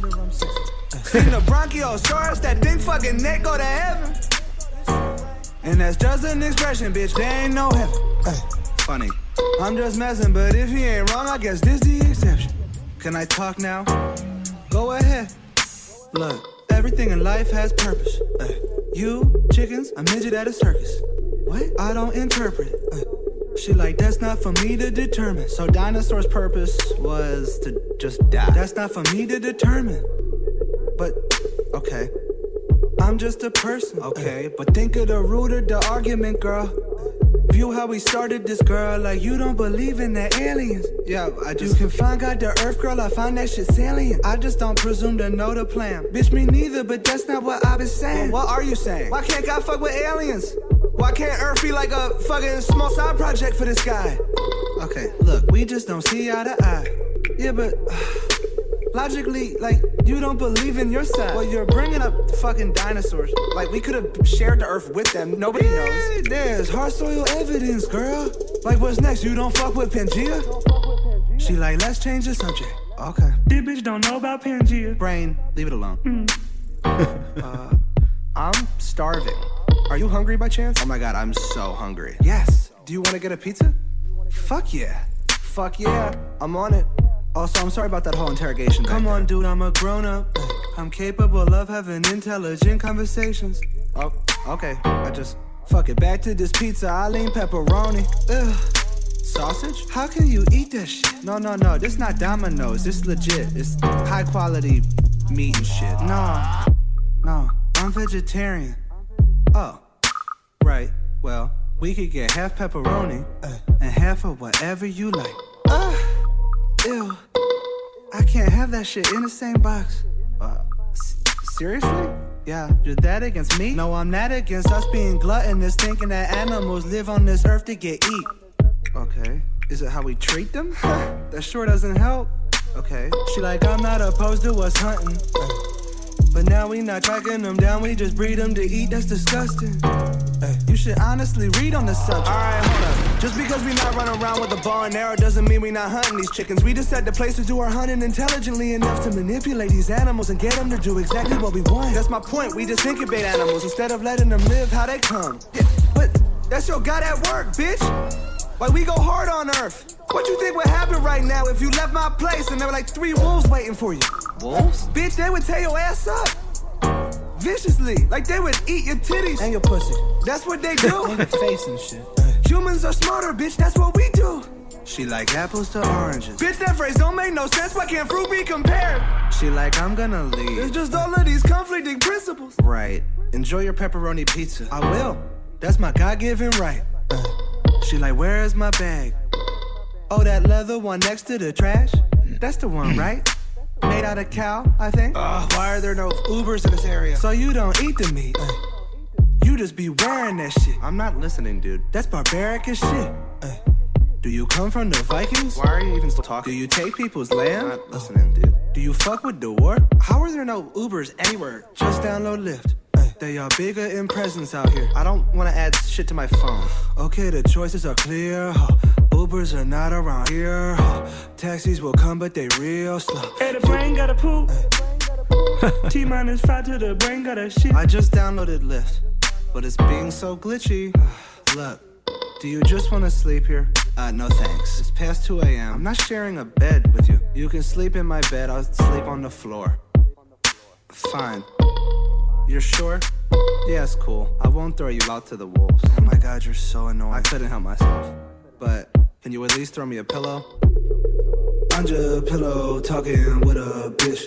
Seen the Bronchiosaurus, that thing fucking neck go to heaven. And that's just an expression, bitch, there ain't no heaven. Ay, funny, I'm just messing, but if he ain't wrong, I guess this the exception. Can I talk now? Go ahead. Look, everything in life has purpose. Ay, you, chickens, a midget at a circus. What? I don't interpret. Ay, she like, that's not for me to determine. So dinosaurs' purpose was to just die. That's not for me to determine. But, okay. I'm just a person, okay? But think of the root of the argument, girl. View how we started this, girl. Like you don't believe in the aliens. Yeah, I just... You can find God the earth, girl. I find that shit salient. I just don't presume to know the plan. Bitch, me neither, but that's not what I been saying. Well, what are you saying? Why can't God fuck with aliens? Why can't Earth be like a fucking small side project for this guy? Okay, look, we just don't see eye to eye. Yeah, but... Logically, like, you don't believe in your side. Well, you're bringing up fucking dinosaurs. Like, we could have shared the earth with them. Nobody yeah, knows. There's hard soil evidence, girl. Like, what's next? You don't fuck with Pangea? She like, let's change the subject. Okay. This bitch don't know about Pangea. Brain, leave it alone. Mm. uh, I'm starving. Are you hungry by chance? Oh my God, I'm so hungry. Yes. Do you want to get a pizza? Fuck yeah. Fuck yeah. I'm on it. Also, I'm sorry about that whole interrogation. Come on, dude, I'm a grown-up. I'm capable of having intelligent conversations. Oh, okay. I just... Fuck it. Back to this pizza. I lean pepperoni. Ugh. Sausage? How can you eat that shit? No, no, no. This not Domino's. This legit. It's high-quality meat and shit. No. No. I'm vegetarian. Oh. Right. Well, we could get half pepperoni and half of whatever you like. Ugh. Ew, I can't have that shit in the same box. Uh, s- seriously? Yeah, you're that against me? No, I'm not against us being gluttonous, thinking that animals live on this earth to get eat. Okay, is it how we treat them? That sure doesn't help. Okay, she like, I'm not opposed to us hunting. But now we not tracking them down, we just breed them to eat, that's disgusting. Hey, you should honestly read on the subject. Alright, hold up. Just because we not running around with a bow and arrow doesn't mean we not hunting these chickens. We just set the place to do our hunting intelligently enough to manipulate these animals and get them to do exactly what we want. That's my point, we just incubate animals instead of letting them live how they come. Yeah, but that's your God at work, bitch. Like, we go hard on Earth. What you think would happen right now if you left my place and there were like three wolves waiting for you? Wolves? Bitch, they would tear your ass up. Viciously. Like, they would eat your titties. And your pussy. That's what they do. And your face and shit. Humans are smarter, bitch. That's what we do. She like apples to oranges. Bitch, that phrase don't make no sense. Why can't fruit be compared? She like, I'm gonna leave. It's just all of these conflicting principles. Right. Enjoy your pepperoni pizza. I will. That's my God-given right. Uh. She like, where is my bag? Oh, that leather one next to the trash? That's the one, right? Made out of cow, I think. Uh, why are there no Ubers in this area? So you don't eat the meat. Uh, you just be wearing that shit. I'm not listening, dude. That's barbaric as shit. Uh, Do you come from the Vikings? Why are you even still talking? Do you take people's land? I'm not listening, dude. Do you fuck with the war? How are there no Ubers anywhere? Just download Lyft. They are bigger in presence out here. I don't want to add shit to my phone. Okay, the choices are clear. Huh. Ubers are not around here. Huh. Taxis will come, but they real slow. Hey, the brain got a poop. T minus five to the brain got a shit. I just downloaded Lyft, but it's being so glitchy. Look, do you just want to sleep here? Uh, no thanks. It's past two a.m. I'm not sharing a bed with you. You can sleep in my bed. I'll sleep on the floor. Fine. You're sure? Yeah, it's cool. I won't throw you out to the wolves. Oh my god, you're so annoying. I couldn't help myself. But can you at least throw me a pillow? Under a pillow, talking with a bitch.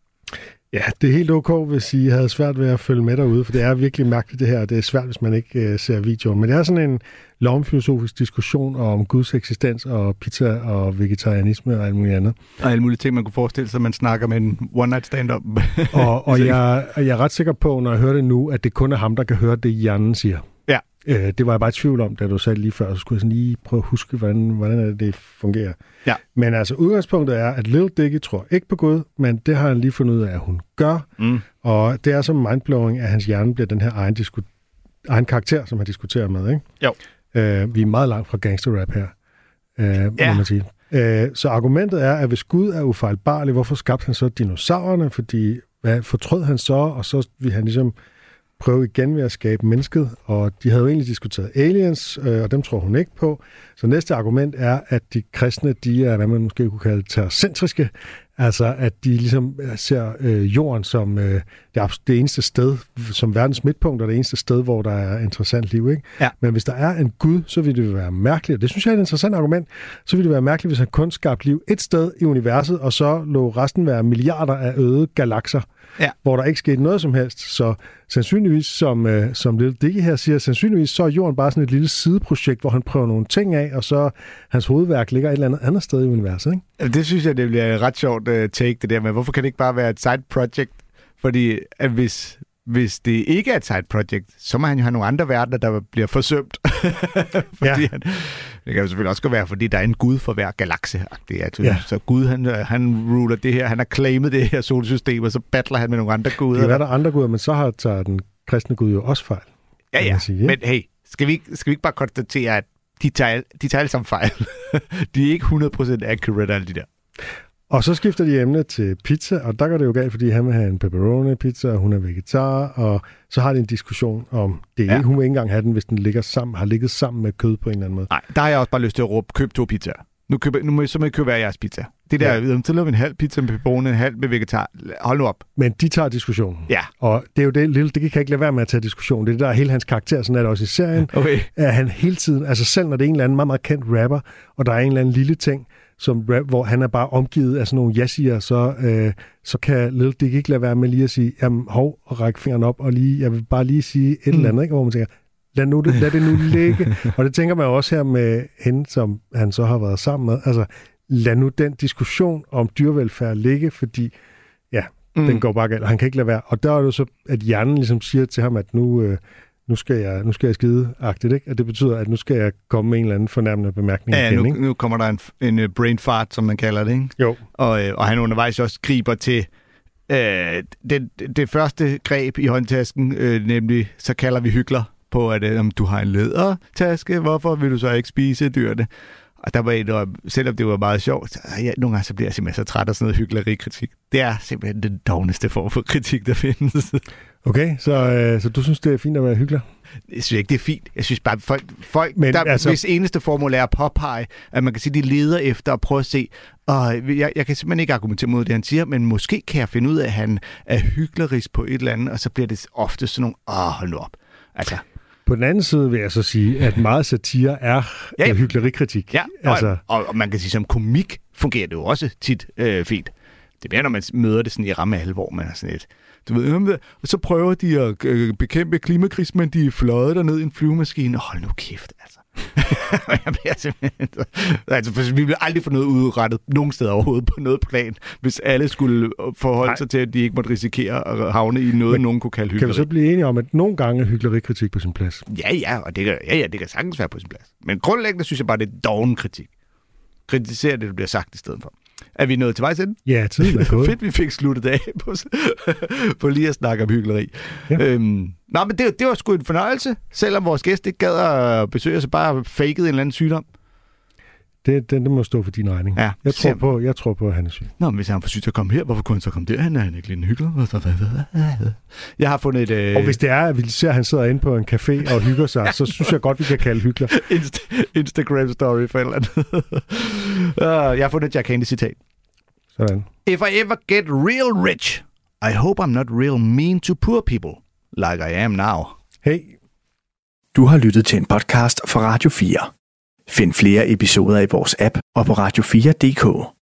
Ja, det er helt ok, hvis I havde svært ved at følge med derude, for det er virkelig mærkeligt det her, og det er svært, hvis man ikke uh, ser videoen. Men det er sådan en lovfilosofisk diskussion om Guds eksistens og pizza og vegetarianisme og alt muligt andet. Og alle mulige ting, man kunne forestille sig, man snakker med en one-night stand-up. og og jeg, jeg er ret sikker på, når jeg hører det nu, at det kun er ham, der kan høre det, hjernen siger. Ja. Øh, det var jeg bare i tvivl om, da du sagde lige før, så skulle jeg sådan lige prøve at huske, hvordan, hvordan det, det fungerer. Ja. Men altså, udgangspunktet er, at Lil Dicky tror ikke på Gud, men det har han lige fundet ud af, at hun gør. Mm. Og det er så mindblowing, at hans hjerne bliver den her egen, disku- egen karakter, som han diskuterer med, ikke? Jo. Øh, vi er meget langt fra gangsterrap her, øh, ja. må man sige. Øh, så argumentet er, at hvis Gud er ufejlbarlig, hvorfor skabte han så dinosaurerne? Fordi hvad fortrød han så, og så vil han ligesom prøve igen ved at skabe mennesket, og de havde jo egentlig diskuteret aliens, øh, og dem tror hun ikke på. Så næste argument er, at de kristne, de er, hvad man måske kunne kalde terracentriske, altså at de ligesom ser øh, jorden som øh, det, det eneste sted, som verdens midtpunkt, og det eneste sted, hvor der er interessant liv, ikke? Ja. Men hvis der er en Gud, så vil det være mærkeligt, og det synes jeg er et interessant argument, så vil det være mærkeligt, hvis han kun skabte liv et sted i universet, og så lå resten være milliarder af øde galakser, ja. Hvor der ikke skete noget som helst. Så sandsynligvis, som, øh, som Lil Dicky her siger, sandsynligvis så er jorden bare sådan et lille sideprojekt, hvor han prøver nogle ting af, og så hans hovedværk ligger et eller andet andet sted i universet, ikke? Det synes jeg, det bliver et ret sjovt uh, take, det der med, hvorfor kan det ikke bare være et side project? Fordi at hvis, hvis det ikke er et side project, så må han jo have nogle andre verdener, der bliver forsømt. fordi ja. han, det kan jo selvfølgelig også være, fordi der er en gud for hver galakse. Ja. Så Gud, han, han ruler det her, han har claimet det her solsystem, og så battler han med nogle andre guder. Det er der andre guder, men så har tager den kristne gud jo også fejl. Ja, ja. Sige, men hey, skal vi, skal vi ikke bare konstatere, at de tager, de tager alle sammen fejl? De er ikke hundrede procent accurate, alle de der. Og så skifter de emne til pizza, og der går det jo galt, fordi han vil have en pepperoni-pizza, og hun er vegetar, og så har de en diskussion om det. Ja. Hun vil ikke engang have den, hvis den ligger sammen, har ligget sammen med kød på en eller anden måde. Nej, der har jeg også bare lyst til at råbe, køb to pizzaer. Nu, køb, nu må I så må I købe hver jeres pizza. Det der, ja. Så laver vi en halv pizza med pepperoni, en halv med vegetar. Hold nu op. Men de tager diskussionen. Ja. Og det er jo det, Lille, det kan ikke lade være med at tage diskussion. Det er det, der er hele hans karakter, sådan er det også i serien. Okay. At han hele tiden, altså selv når det er en eller anden meget, meget kendt rapper, og der er en eller anden lille ting, som rap, hvor han er bare omgivet af sådan nogle jassier, så, øh, så kan Lil Dicky ikke lade være med lige at sige, jamen hov, og række fingeren op, og lige, jeg vil bare lige sige et mm. eller andet, ikke? Hvor man tænker, lad, nu, lad det nu ligge. Og det tænker man også her med hende, som han så har været sammen med. Altså, lad nu den diskussion om dyrevelfærd ligge, fordi ja, mm. den går bare galt, og han kan ikke lade være. Og der er det jo så, at hjernen ligesom siger til ham, at nu... Øh, Nu skal jeg, nu skal jeg skide-agtigt, ikke? Og det betyder, at nu skal jeg komme med en eller anden fornærmende bemærkning ja, igen, nu, ikke? nu kommer der en, en brain fart, som man kalder det, ikke? Jo. Og, og han undervejs også griber til øh, det, det første greb i håndtasken, øh, nemlig, så kalder vi hykler på, at øh, du har en lædertaske, hvorfor vil du så ikke spise dyrene? Og der var et, selvom det var meget sjovt, så, ja, nogle gange så bliver jeg simpelthen så træt af sådan noget hyklerikritik. Det er simpelthen den dogneste form for kritik, der findes. Okay, så, øh, så du synes, det er fint at være hyggelig? Jeg synes ikke, det er fint. Jeg synes bare, folk, folk Men, der, altså... hvis eneste formål er at påpege, at man kan sige, de leder efter at prøve at se, og jeg, jeg kan simpelthen ikke argumentere mod det, han siger, men måske kan jeg finde ud af, at han er hyklerisk på et eller andet, og så bliver det ofte sådan nogle, åh, hold nu op. Altså... På den anden side vil jeg så sige, at meget satire er ja, ja. hyklerikritik. Ja, altså... og, og man kan sige, som komik fungerer det jo også tit øh, fint. Det er mere, når man møder det sådan i ramme alvor, man er sådan et... Du ved, og så prøver de at øh, bekæmpe klimakrisen, men de er fløjet derned i en flyvemaskine. Hold nu kæft, altså. Jeg bliver simpelthen... Altså, for vi ville aldrig få noget udrettet nogen steder overhovedet på noget plan, hvis alle skulle forholde Nej. sig til, at de ikke måtte risikere at havne i noget, Men, nogen kunne kalde hykleri. Kan vi så blive enige om, at nogle gange er hyklerikritik på sin plads? Ja, ja, og det kan, ja, ja, det kan sagtens være på sin plads. Men grundlæggende synes jeg bare, det er doven kritik. Kritisere det, der bliver sagt i stedet for. Er vi nået til vejs ende? Ja, tiden er gået. Fedt, vi fik sluttet af på, på lige at snakke om hykleri. Ja. Øhm, nå, men det, det var sgu en fornøjelse, selvom vores gæst ikke gad at besøge os og bare fakede en eller anden sygdom. Det, det, det må stå for din regning. Ja, jeg, tror på, jeg tror på, at han er syg. Nå, men hvis han får syg til at komme her, hvorfor kunne han så komme derhen? Er han ikke lidt en hyggelig? Jeg har fundet et... Øh... Og hvis det er, at vi ser, at han sidder inde på en café og hygger sig, så synes jeg godt, vi kan kalde hyggelig. Inst- Instagram-story for et eller andet. uh, jeg har fundet et Jack Handy-citat. Sådan. If I ever get real rich, I hope I'm not real mean to poor people, like I am now. Hey. Du har lyttet til en podcast fra Radio fire. Find flere episoder i vores app og på radio fire punktum d k.